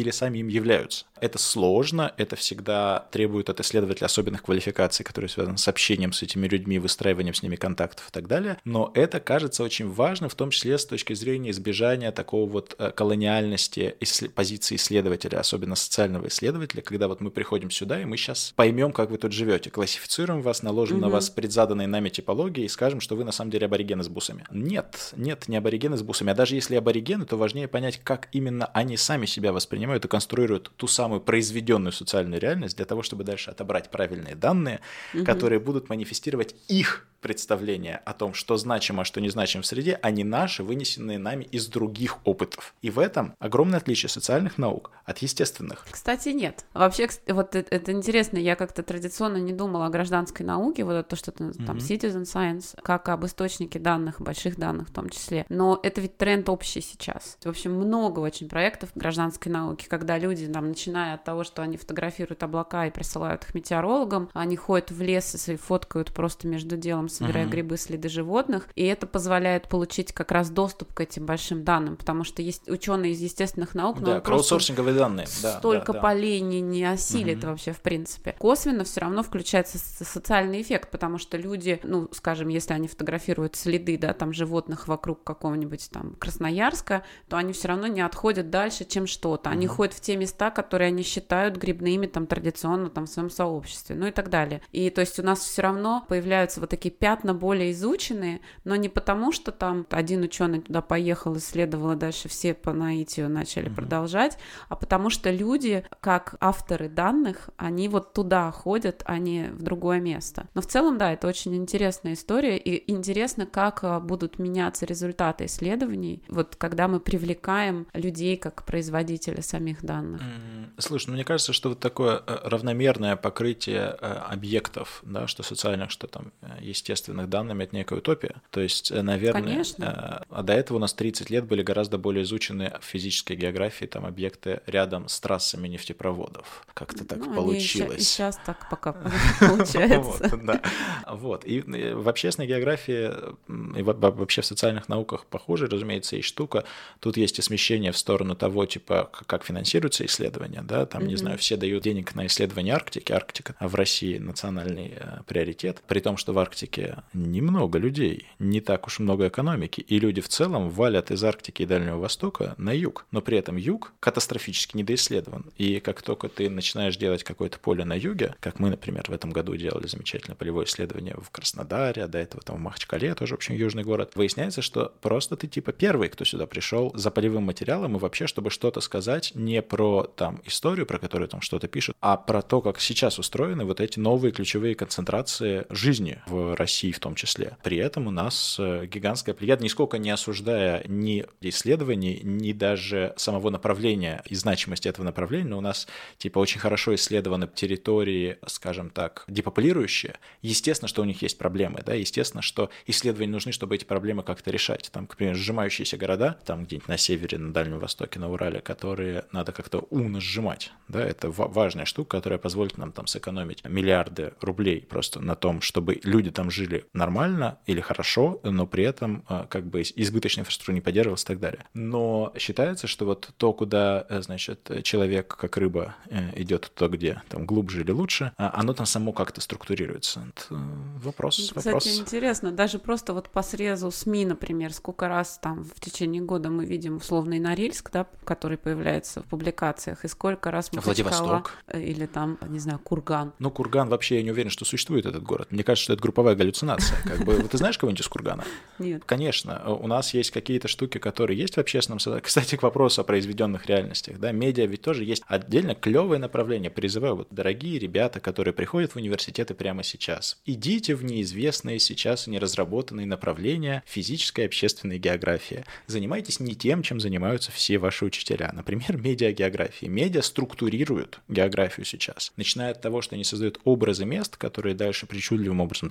или сами им являются. Это сложно, это всегда требует от исследователя особенных квалификаций, которые связаны с общением с этими людьми, выстраиванием с ними контактов и так далее. Но это кажется очень важным, в том числе с точки зрения избежания такого вот колониальности позиции исследователя, особенно социального исследователя, когда вот мы приходим сюда, и мы сейчас поймем, как вы тут живете, классифицируем вас, наложим угу. на вас предзаданные нами типологии и скажем, что вы на самом деле аборигены с бусами. Нет, нет, не аборигены с бусами, а даже если аборигены, то важнее понять, как именно они сами себя воспринимают и конструируют ту самую произведенную социальную реальность для того, чтобы дальше отобрать правильные данные, угу. которые будут манифестировать их представление о том, что значимо, а что не значимо в среде, а не наши, вынесенные нами из других опытов. И в этом огромное отличие социальных наук от естественных. Кстати, нет. Вообще, вот это, это интересно, я как-то традиционно не думала о гражданской науке, вот то, что там mm-hmm. citizen science, как об источнике данных, больших данных в том числе. Но это ведь тренд общий сейчас. В общем, много очень проектов гражданской науки, когда люди, там, начиная от того, что они фотографируют облака и присылают их метеорологам, они ходят в лес и фоткают просто между делом, собирая uh-huh. грибы, следы животных, и это позволяет получить как раз доступ к этим большим данным, потому что есть ученые из естественных наук, но да, краудсорсинговые данные, столько да, да, полей не, не осилит uh-huh. вообще в принципе. Косвенно все равно включается социальный эффект, потому что люди, ну, скажем, если они фотографируют следы, да, там животных вокруг какого-нибудь там Красноярска, то они все равно не отходят дальше, чем что-то. Они uh-huh. ходят в те места, которые они считают грибными там традиционно там в своем сообществе, ну и так далее. И то есть у нас все равно появляются вот такие пятна более изученные, но не потому, что там один ученый туда поехал, исследовал, и дальше все по наитию начали mm-hmm. продолжать, а потому что люди, как авторы данных, они вот туда ходят, а не в другое место. Но в целом, да, это очень интересная история, и интересно, как будут меняться результаты исследований, вот когда мы привлекаем людей как производителя самих данных. Mm-hmm. Слушай, ну мне кажется, что вот такое равномерное покрытие объектов, да, что социальных, что там естественных данными, это некая утопия. То есть, наверное, Конечно. а до этого у нас тридцать лет были гораздо более изучены в физической географии там объекты рядом с трассами нефтепроводов. Как-то так ну, получилось. И сейчас так пока получается. Вот. И в общественной географии и вообще в социальных науках похоже, разумеется, есть штука. Тут есть и смещение в сторону того, типа, как финансируются исследования, да, там, не знаю, все дают денег на исследование Арктики, Арктика в России национальный приоритет, при том, что в Арктике немного людей, не так уж много экономики, и люди в целом валят из Арктики и Дальнего Востока на юг, но при этом юг катастрофически недоисследован. И как только ты начинаешь делать какое-то поле на юге, как мы, например, в этом году делали замечательное полевое исследование в Краснодаре, а до этого там в Махачкале, тоже очень южный город, выясняется, что просто ты типа первый, кто сюда пришел за полевым материалом и вообще, чтобы что-то сказать не про там историю, про которую там что-то пишут, а про то, как сейчас устроены вот эти новые ключевые концентрации жизни в России в том числе. При этом у нас гигантская плеяда, нисколько не осуждая ни исследований, ни даже самого направления и значимости этого направления, но у нас типа очень хорошо исследованы территории, скажем так, депопулирующие. Естественно, что у них есть проблемы, да, естественно, что исследования нужны, чтобы эти проблемы как-то решать. Там, например, сжимающиеся города, там где-нибудь на севере, на Дальнем Востоке, на Урале, которые надо как-то умно сжимать, да, это важная штука, которая позволит нам там сэкономить миллиарды рублей просто на том, чтобы люди там жили нормально или хорошо, но при этом как бы избыточная инфраструктура не поддерживалась и так далее. Но считается, что вот то, куда, значит, человек как рыба идет туда, где там глубже или лучше, оно там само как-то структурируется. Это вопрос, Кстати, вопрос. Кстати, интересно, даже просто вот по срезу СМИ, например, сколько раз там в течение года мы видим условный Норильск, да, который появляется в публикациях, и сколько раз Махачкала или там, не знаю, Курган. Ну, Курган вообще, я не уверен, что существует этот город. Мне кажется, что это групповая галлюцинация. Как бы, ты знаешь кого-нибудь из Кургана? Нет. Конечно. У нас есть какие-то штуки, которые есть в общественном сознании. Кстати, к вопросу о произведенных реальностях. Да, медиа ведь тоже есть отдельно клевое направление. Призываю, вот, дорогие ребята, которые приходят в университеты прямо сейчас, идите в неизвестные сейчас и неразработанные направления физической и общественной географии. Занимайтесь не тем, чем занимаются все ваши учителя. Например, медиагеографией. Медиа структурируют географию сейчас. Начиная от того, что они создают образы мест, которые дальше причудливым образом транспонируют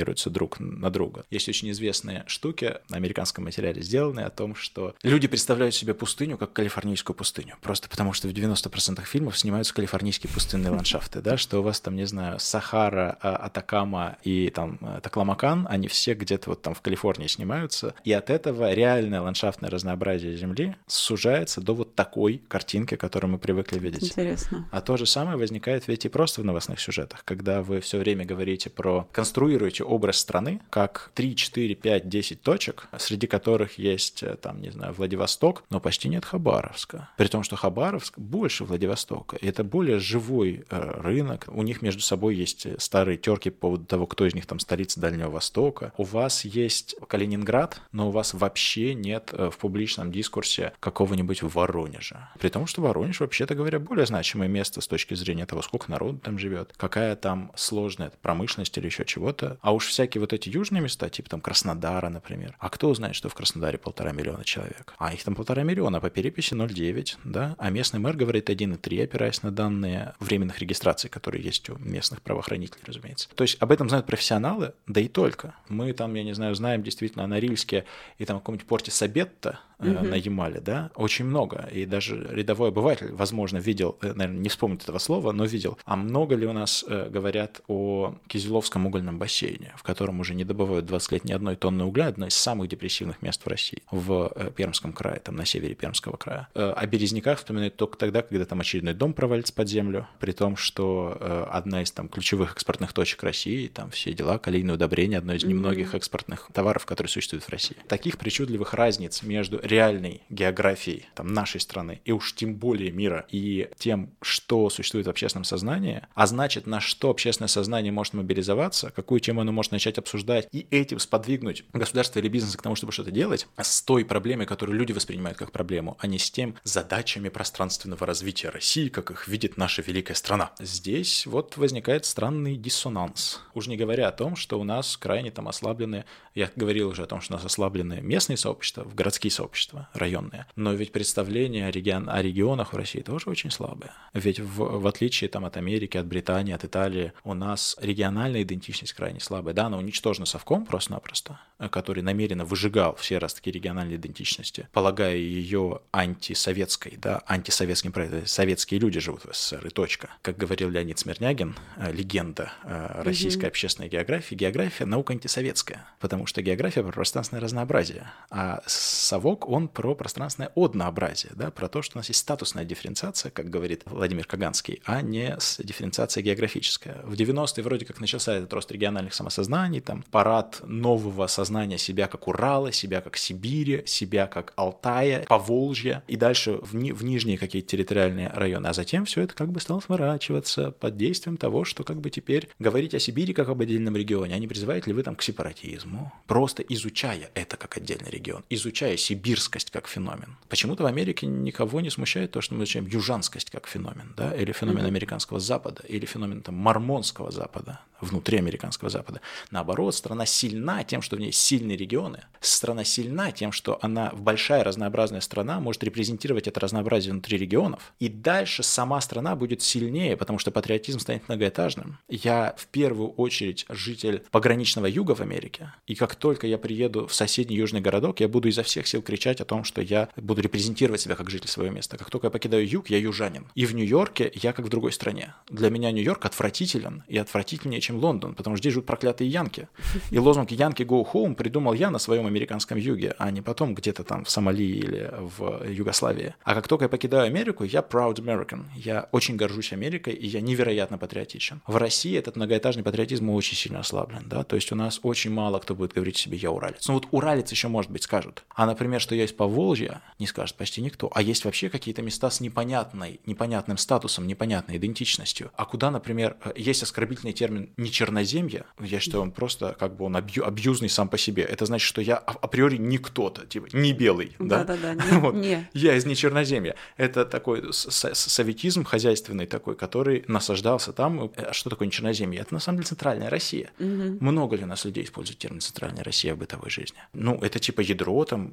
позиционируются друг на друга. Есть очень известные штуки на американском материале сделанные о том, что люди представляют себе пустыню как калифорнийскую пустыню, просто потому что в девяноста процентах фильмов снимаются калифорнийские пустынные ландшафты, да, что у вас там, не знаю, Сахара, Атакама и там Такламакан, они все где-то вот там в Калифорнии снимаются, и от этого реальное ландшафтное разнообразие Земли сужается до вот такой картинки, которую мы привыкли видеть. Интересно. А то же самое возникает ведь и просто в новостных сюжетах, когда вы все время говорите про, конструируете образ страны как три, четыре, пять, десять точек, среди которых есть, там, не знаю, Владивосток, но почти нет Хабаровска. При том, что Хабаровск больше Владивостока. И это более живой э, рынок. У них между собой есть старые терки по поводу того, кто из них там столица Дальнего Востока. У вас есть Калининград, но у вас вообще нет э, в публичном дискурсе какого-нибудь Воронежа. При том, что Воронеж, вообще-то говоря, более значимое место с точки зрения того, сколько народу там живет, какая там сложная промышленность или еще чего-то. А уж всякие вот эти южные места, типа там Краснодара, например. А кто знает, что в Краснодаре полтора миллиона человек? А их там полтора миллиона, по переписи ноль целых девять десятых, да? А местный мэр говорит один и три, опираясь на данные временных регистраций, которые есть у местных правоохранителей, разумеется. То есть об этом знают профессионалы, да и только. Мы там, я не знаю, знаем действительно о Норильске и там о каком-нибудь порте Сабетта э, mm-hmm. на Ямале, да, очень много. И даже рядовой обыватель, возможно, видел, наверное, не вспомнит этого слова, но видел. А много ли у нас э, говорят о Кизиловском угольном бассейне, в котором уже не добывают двадцать лет ни одной тонны угля, одно из самых депрессивных мест в России, в э, Пермском крае, там на севере Пермского края. Э, о Березняках вспоминают только тогда, когда там очередной дом провалится под землю, при том, что э, одна из там ключевых экспортных точек России, там все дела, калийное удобрение, одно из немногих mm-hmm. экспортных товаров, которые существуют в России. Таких причудливых разниц между реальной географией там, нашей страны и уж тем более мира и тем, что существует в общественном сознании, а значит, на что общественное сознание может мобилизоваться, какую тему оно может начать обсуждать и этим сподвигнуть государство или бизнес к тому, чтобы что-то делать, с той проблемой, которую люди воспринимают как проблему, а не с тем задачами пространственного развития России, как их видит наша великая страна. Здесь вот возникает странный диссонанс. Уж не говоря о том, что у нас крайне там ослаблены, я говорил уже о том, что у нас ослаблены местные сообщества, городские сообщества, районные, но ведь представление о, регион, о регионах в России тоже очень слабое. Ведь в, в отличие там, от Америки, от Британии, от Италии, у нас региональная идентичность крайне слабая. Да, она уничтожена совком просто-напросто, который намеренно выжигал все ростки региональной идентичности, полагая ее антисоветской, да, антисоветским проектом. Советские люди живут в СССР, и точка. Как говорил Леонид Смирнягин, легенда российской mm-hmm. общественной географии, география — наука антисоветская, потому что география про пространственное разнообразие, а совок, он про пространственное однообразие, да, про то, что у нас есть статусная дифференциация, как говорит Владимир Каганский, а не дифференциация географическая. В девяностые вроде как начался этот рост региональных самосознаний, там парад нового сознания себя как Урала, себя как Сибири, себя как Алтая, Поволжья и дальше в, ни- в нижние какие-то территориальные районы. А затем все это как бы стало сворачиваться под действием того, что как бы теперь говорить о Сибири как об отдельном регионе, а не призываете ли вы там к сепаратизму, просто изучая это как отдельный регион, изучая сибирскость как феномен. Почему-то в Америке никого не смущает то, что мы изучаем южанскость как феномен, да, или феномен mm-hmm. американского Запада, или феномен там мормонского Запада, внутри американского Запада. Наоборот, страна сильна тем, что в ней сильные регионы. Страна сильна тем, что она, большая разнообразная страна, может репрезентировать это разнообразие внутри регионов. И дальше сама страна будет сильнее, потому что патриотизм станет многоэтажным. Я в первую очередь житель пограничного юга в Америке. И как только я приеду в соседний южный городок, я буду изо всех сил кричать о том, что я буду репрезентировать себя как житель своего места. Как только я покидаю юг, я южанин. И в Нью-Йорке я как в другой стране. Для меня Нью-Йорк отвратителен и отвратительнее, чем Лондон, потому что здесь живут проклятые янки. И лозунг «Янки go home» придумал я на своем американском юге, а не потом где-то там в Сомали или в Югославии. А как только я покидаю Америку, я proud American. Я очень горжусь Америкой, и я невероятно патриотичен. В России этот многоэтажный патриотизм очень сильно ослаблен, да, то есть у нас очень мало кто будет говорить себе «я уралец». Ну вот уралец еще, может быть, скажут. А, например, что я из Поволжья, не скажет почти никто. А есть вообще какие-то места с непонятной, непонятным статусом, непонятной идентичностью. А куда, например, есть оскорбительный термин «нечерноземье», я считаю, он просто как бы он абью, абьюзный сам по себе. Это значит, что я априори не кто-то, типа не белый, да? Да-да-да, не, вот. не. Я из нечерноземья. Это такой советизм хозяйственный такой, который насаждался там. А что такое нечерноземье? Это на самом деле центральная Россия. Угу. Много ли у нас людей используют термин «центральная Россия» в бытовой жизни? Ну, это типа ядро там России,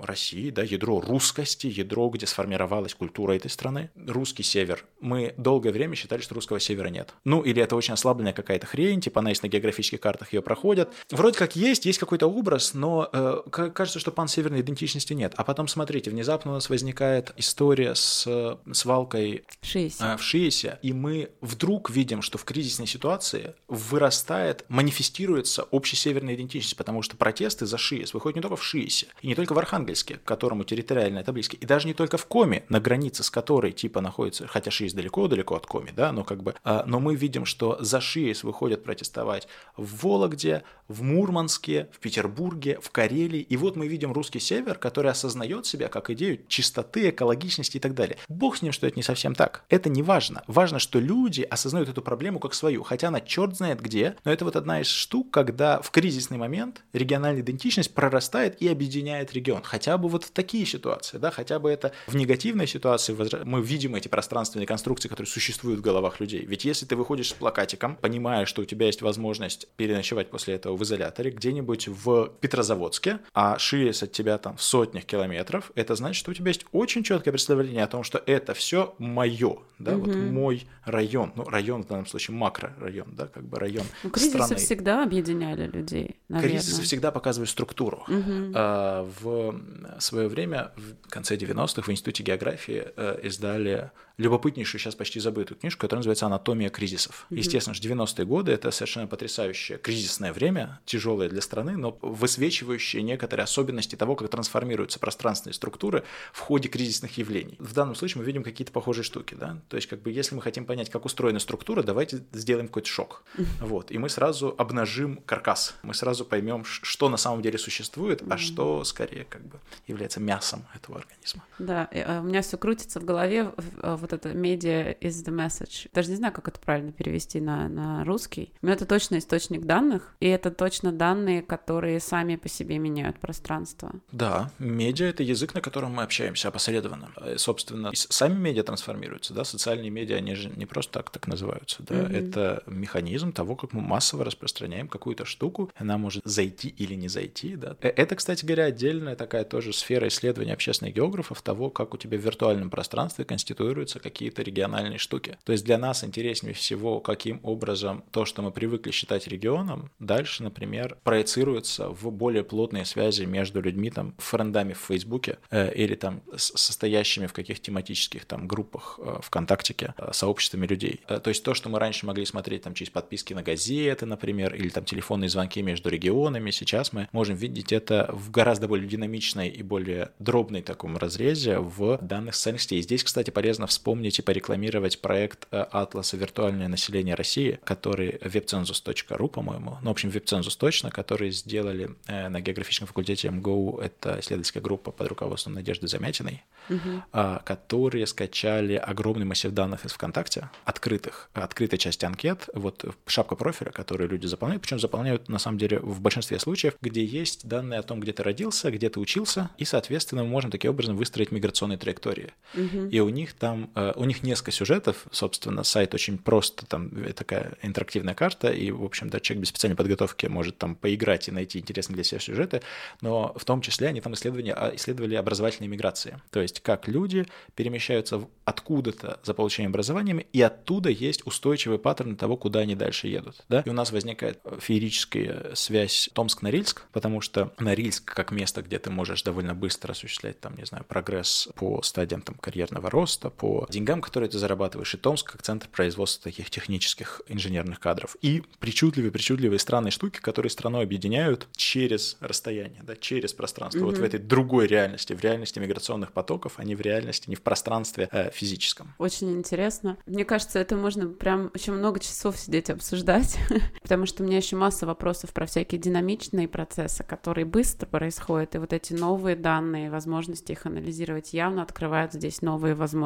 России, да, ядро русскости, ядро, где сформировалась культура этой страны. Русский север. Мы долгое время считали, что русского севера нет. Ну, или это очень ослабленная какая-то хрень, типа она есть на географических картах, ее проходят. Вроде как есть, есть какой-то образ, но э, кажется, что пансеверной идентичности нет. А потом, смотрите, внезапно у нас возникает история с свалкой Шиесе. Э, в Шиесе, и мы вдруг видим, что в кризисной ситуации вырастает, манифестируется общесеверная идентичность, потому что протесты за Шиес выходят не только в Шиесе, и не только в Архангельске, к которому территориально это близко, и даже не только в Коми, на границе с которой типа находится, хотя Шиес далеко-далеко от Коми, да, но как бы, а, но мы видим, что за Шиес выходят протестовать в Вологде, в Мурманске, в Петербурге, в Карелии, и вот мы видим русский север, который осознает себя как идею чистоты, экологичности и так далее. Бог с ним, что это не совсем так. Это не важно. Важно, что люди осознают эту проблему как свою, хотя она черт знает где, но это вот одна из штук, когда в кризисный момент региональная идентичность прорастает и объединяет регион. Хотя бы вот в такие ситуации, да, хотя бы это в негативной ситуации мы видим эти пространственные конструкции, которые существуют в головах людей. Ведь если ты выходишь с плакатиком, понимая, что у тебя есть возможность переночевать после этого в изоляторе где-нибудь в Петрозаводске, а Шиес от тебя там в сотнях километров, это значит, что у тебя есть очень четкое представление о том, что это все мое, да, угу. вот мой район, ну район в данном случае макрорайон, да, как бы район ну, кризисы страны. всегда объединяли людей, наверное. Кризисы всегда показывают структуру. Угу. А, в свое время, в конце девяностых, в Институте географии э, издали любопытнейшую, сейчас почти забытую книжку, которая называется «Анатомия кризисов». Mm-hmm. Естественно, девяностые годы – это совершенно потрясающее кризисное время, тяжелое для страны, но высвечивающее некоторые особенности того, как трансформируются пространственные структуры в ходе кризисных явлений. В данном случае мы видим какие-то похожие штуки, да? То есть, как бы, если мы хотим понять, как устроена структура, давайте сделаем какой-то шок. Mm-hmm. Вот. И мы сразу обнажим каркас, мы сразу поймем, что на самом деле существует, mm-hmm. а что, скорее, как бы, является мясом этого организма. Да, у меня все крутится в голове вот это media is the message. Даже не знаю, как это правильно перевести на, на русский. Но это точно источник данных, и это точно данные, которые сами по себе меняют пространство. Да, медиа — это язык, на котором мы общаемся опосредованно. Собственно, сами медиа трансформируются, да, социальные медиа, они же не просто так так называются, да, mm-hmm. это механизм того, как мы массово распространяем какую-то штуку, она может зайти или не зайти, да. Это, кстати говоря, отдельная такая тоже сфера исследования общественных географов того, как у тебя в виртуальном пространстве конституируются какие-то региональные штуки. То есть для нас интереснее всего, каким образом то, что мы привыкли считать регионом, дальше, например, проецируется в более плотные связи между людьми, там, френдами в Фейсбуке э, или там состоящими в каких-то тематических там группах э, ВКонтактике, э, сообществами людей. Э, то есть то, что мы раньше могли смотреть там через подписки на газеты, например, или там телефонные звонки между регионами, сейчас мы можем видеть это в гораздо более динамичной и более дробной таком разрезе в данных социальных сетей. Здесь, кстати, полезно вспомнить и порекламировать проект Атласа «Виртуальное население России», который вебцензус точка ру, по-моему, ну, в общем, вебцензус точно, который сделали на географическом факультете эм гэ у, это исследовательская группа под руководством Надежды Замятиной, угу. которые скачали огромный массив данных из ВКонтакте, открытых, открытой части анкет, вот шапка профиля, которую люди заполняют, причем заполняют, на самом деле, в большинстве случаев, где есть данные о том, где ты родился, где ты учился, и, соответственно, мы можем таким образом выстроить миграционные траектории. Угу. И у них там, у них несколько сюжетов, собственно, сайт очень просто, там такая интерактивная карта, и, в общем, да, человек без специальной подготовки может там поиграть и найти интересные для себя сюжеты, но в том числе они там исследовали, исследовали образовательные миграции, то есть как люди перемещаются откуда-то за получением образования, и оттуда есть устойчивый паттерн того, куда они дальше едут, да, и у нас возникает феерическая связь Томск-Норильск, потому что Норильск как место, где ты можешь довольно быстро осуществлять, там, не знаю, прогресс по стадиям там карьерного роста, по деньгам, которые ты зарабатываешь, и Томск как центр производства таких технических инженерных кадров. И причудливые-причудливые странные штуки, которые страну объединяют через расстояние, да, через пространство. Mm-hmm. Вот в этой другой реальности, в реальности миграционных потоков, а не в реальности, не в пространстве а физическом. Очень интересно. Мне кажется, это можно прям очень много часов сидеть обсуждать, потому что у меня еще масса вопросов про всякие динамичные процессы, которые быстро происходят, и вот эти новые данные, возможности их анализировать явно открывают здесь новые возможности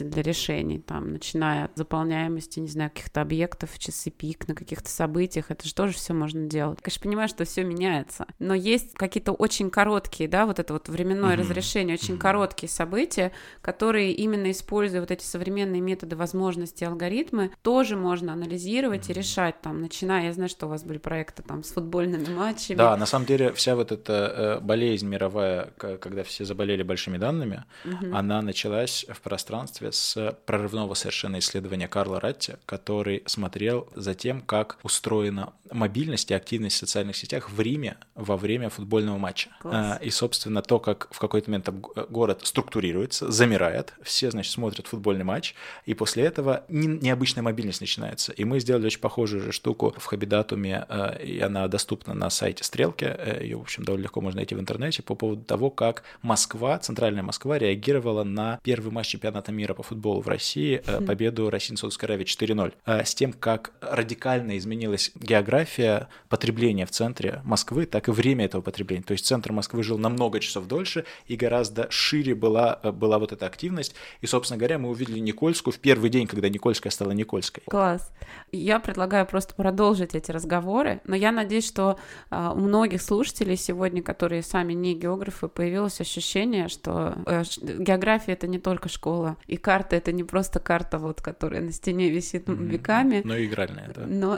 для решений, там, начиная от заполняемости, не знаю, каких-то объектов, часы пик на каких-то событиях, это же тоже все можно делать. Конечно, понимаю, что все меняется, но есть какие-то очень короткие, да, вот это вот временное mm-hmm. разрешение, очень mm-hmm. короткие события, которые именно используя вот эти современные методы, возможности, алгоритмы, тоже можно анализировать mm-hmm. и решать, там, начиная, я знаю, что у вас были проекты там с футбольными матчами. Да, на самом деле вся вот эта болезнь мировая, когда все заболели большими данными, mm-hmm. она началась в пространстве с прорывного совершенно исследования Карла Ратти, который смотрел за тем, как устроена мобильность и активность в социальных сетях в Риме во время футбольного матча. Класс. И, собственно, то, как в какой-то момент город структурируется, замирает, все, значит, смотрят футбольный матч, и после этого необычная мобильность начинается. И мы сделали очень похожую же штуку в Хабидатуме, и она доступна на сайте Стрелки, ее, в общем, довольно легко можно найти в интернете, по поводу того, как Москва, центральная Москва, реагировала на первый матч чемпионата мира по футболу в России, победу России над Саудовской Аравией четыре ноль, с тем, как радикально изменилась география потребления в центре Москвы, так и время этого потребления. То есть центр Москвы жил на много часов дольше, и гораздо шире была, была вот эта активность. И, собственно говоря, мы увидели Никольскую в первый день, когда Никольская стала Никольской. Класс. Я предлагаю просто продолжить эти разговоры, но я надеюсь, что а, у многих слушателей сегодня, которые сами не географы, появилось ощущение, что э, география — это не только школа, и карта — это не просто карта, вот, которая на стене висит mm-hmm. веками. Но и игральная, да. Но...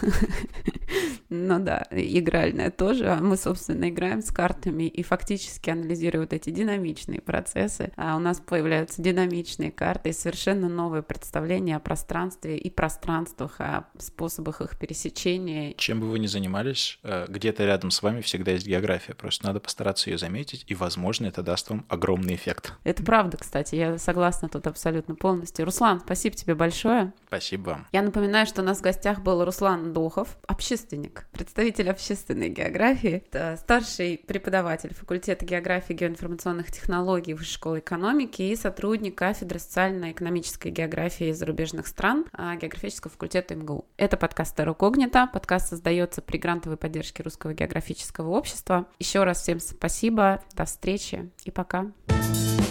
Ну да, игральная тоже. Мы, собственно, играем с картами и фактически анализируя вот эти динамичные процессы. А у нас появляются динамичные карты и совершенно новое представление о пространстве и пространствах, о способах их пересечения. Чем бы вы ни занимались, где-то рядом с вами всегда есть география. Просто надо постараться ее заметить, и, возможно, это даст вам огромный эффект. Это правда, кстати, я согласна тут абсолютно полностью. Руслан, спасибо тебе большое. Спасибо вам. Я напоминаю, что у нас в гостях был Руслан Дохов, общественник, представитель общественной географии, старший преподаватель факультета географии и геоинформационных технологий Высшей школы экономики и сотрудник кафедры социально-экономической географии зарубежных стран географического факультета эм гэ у. Это подкаст Terra Cognita. Подкаст создается при грантовой поддержке Русского географического общества. Еще раз всем спасибо, до встречи и пока.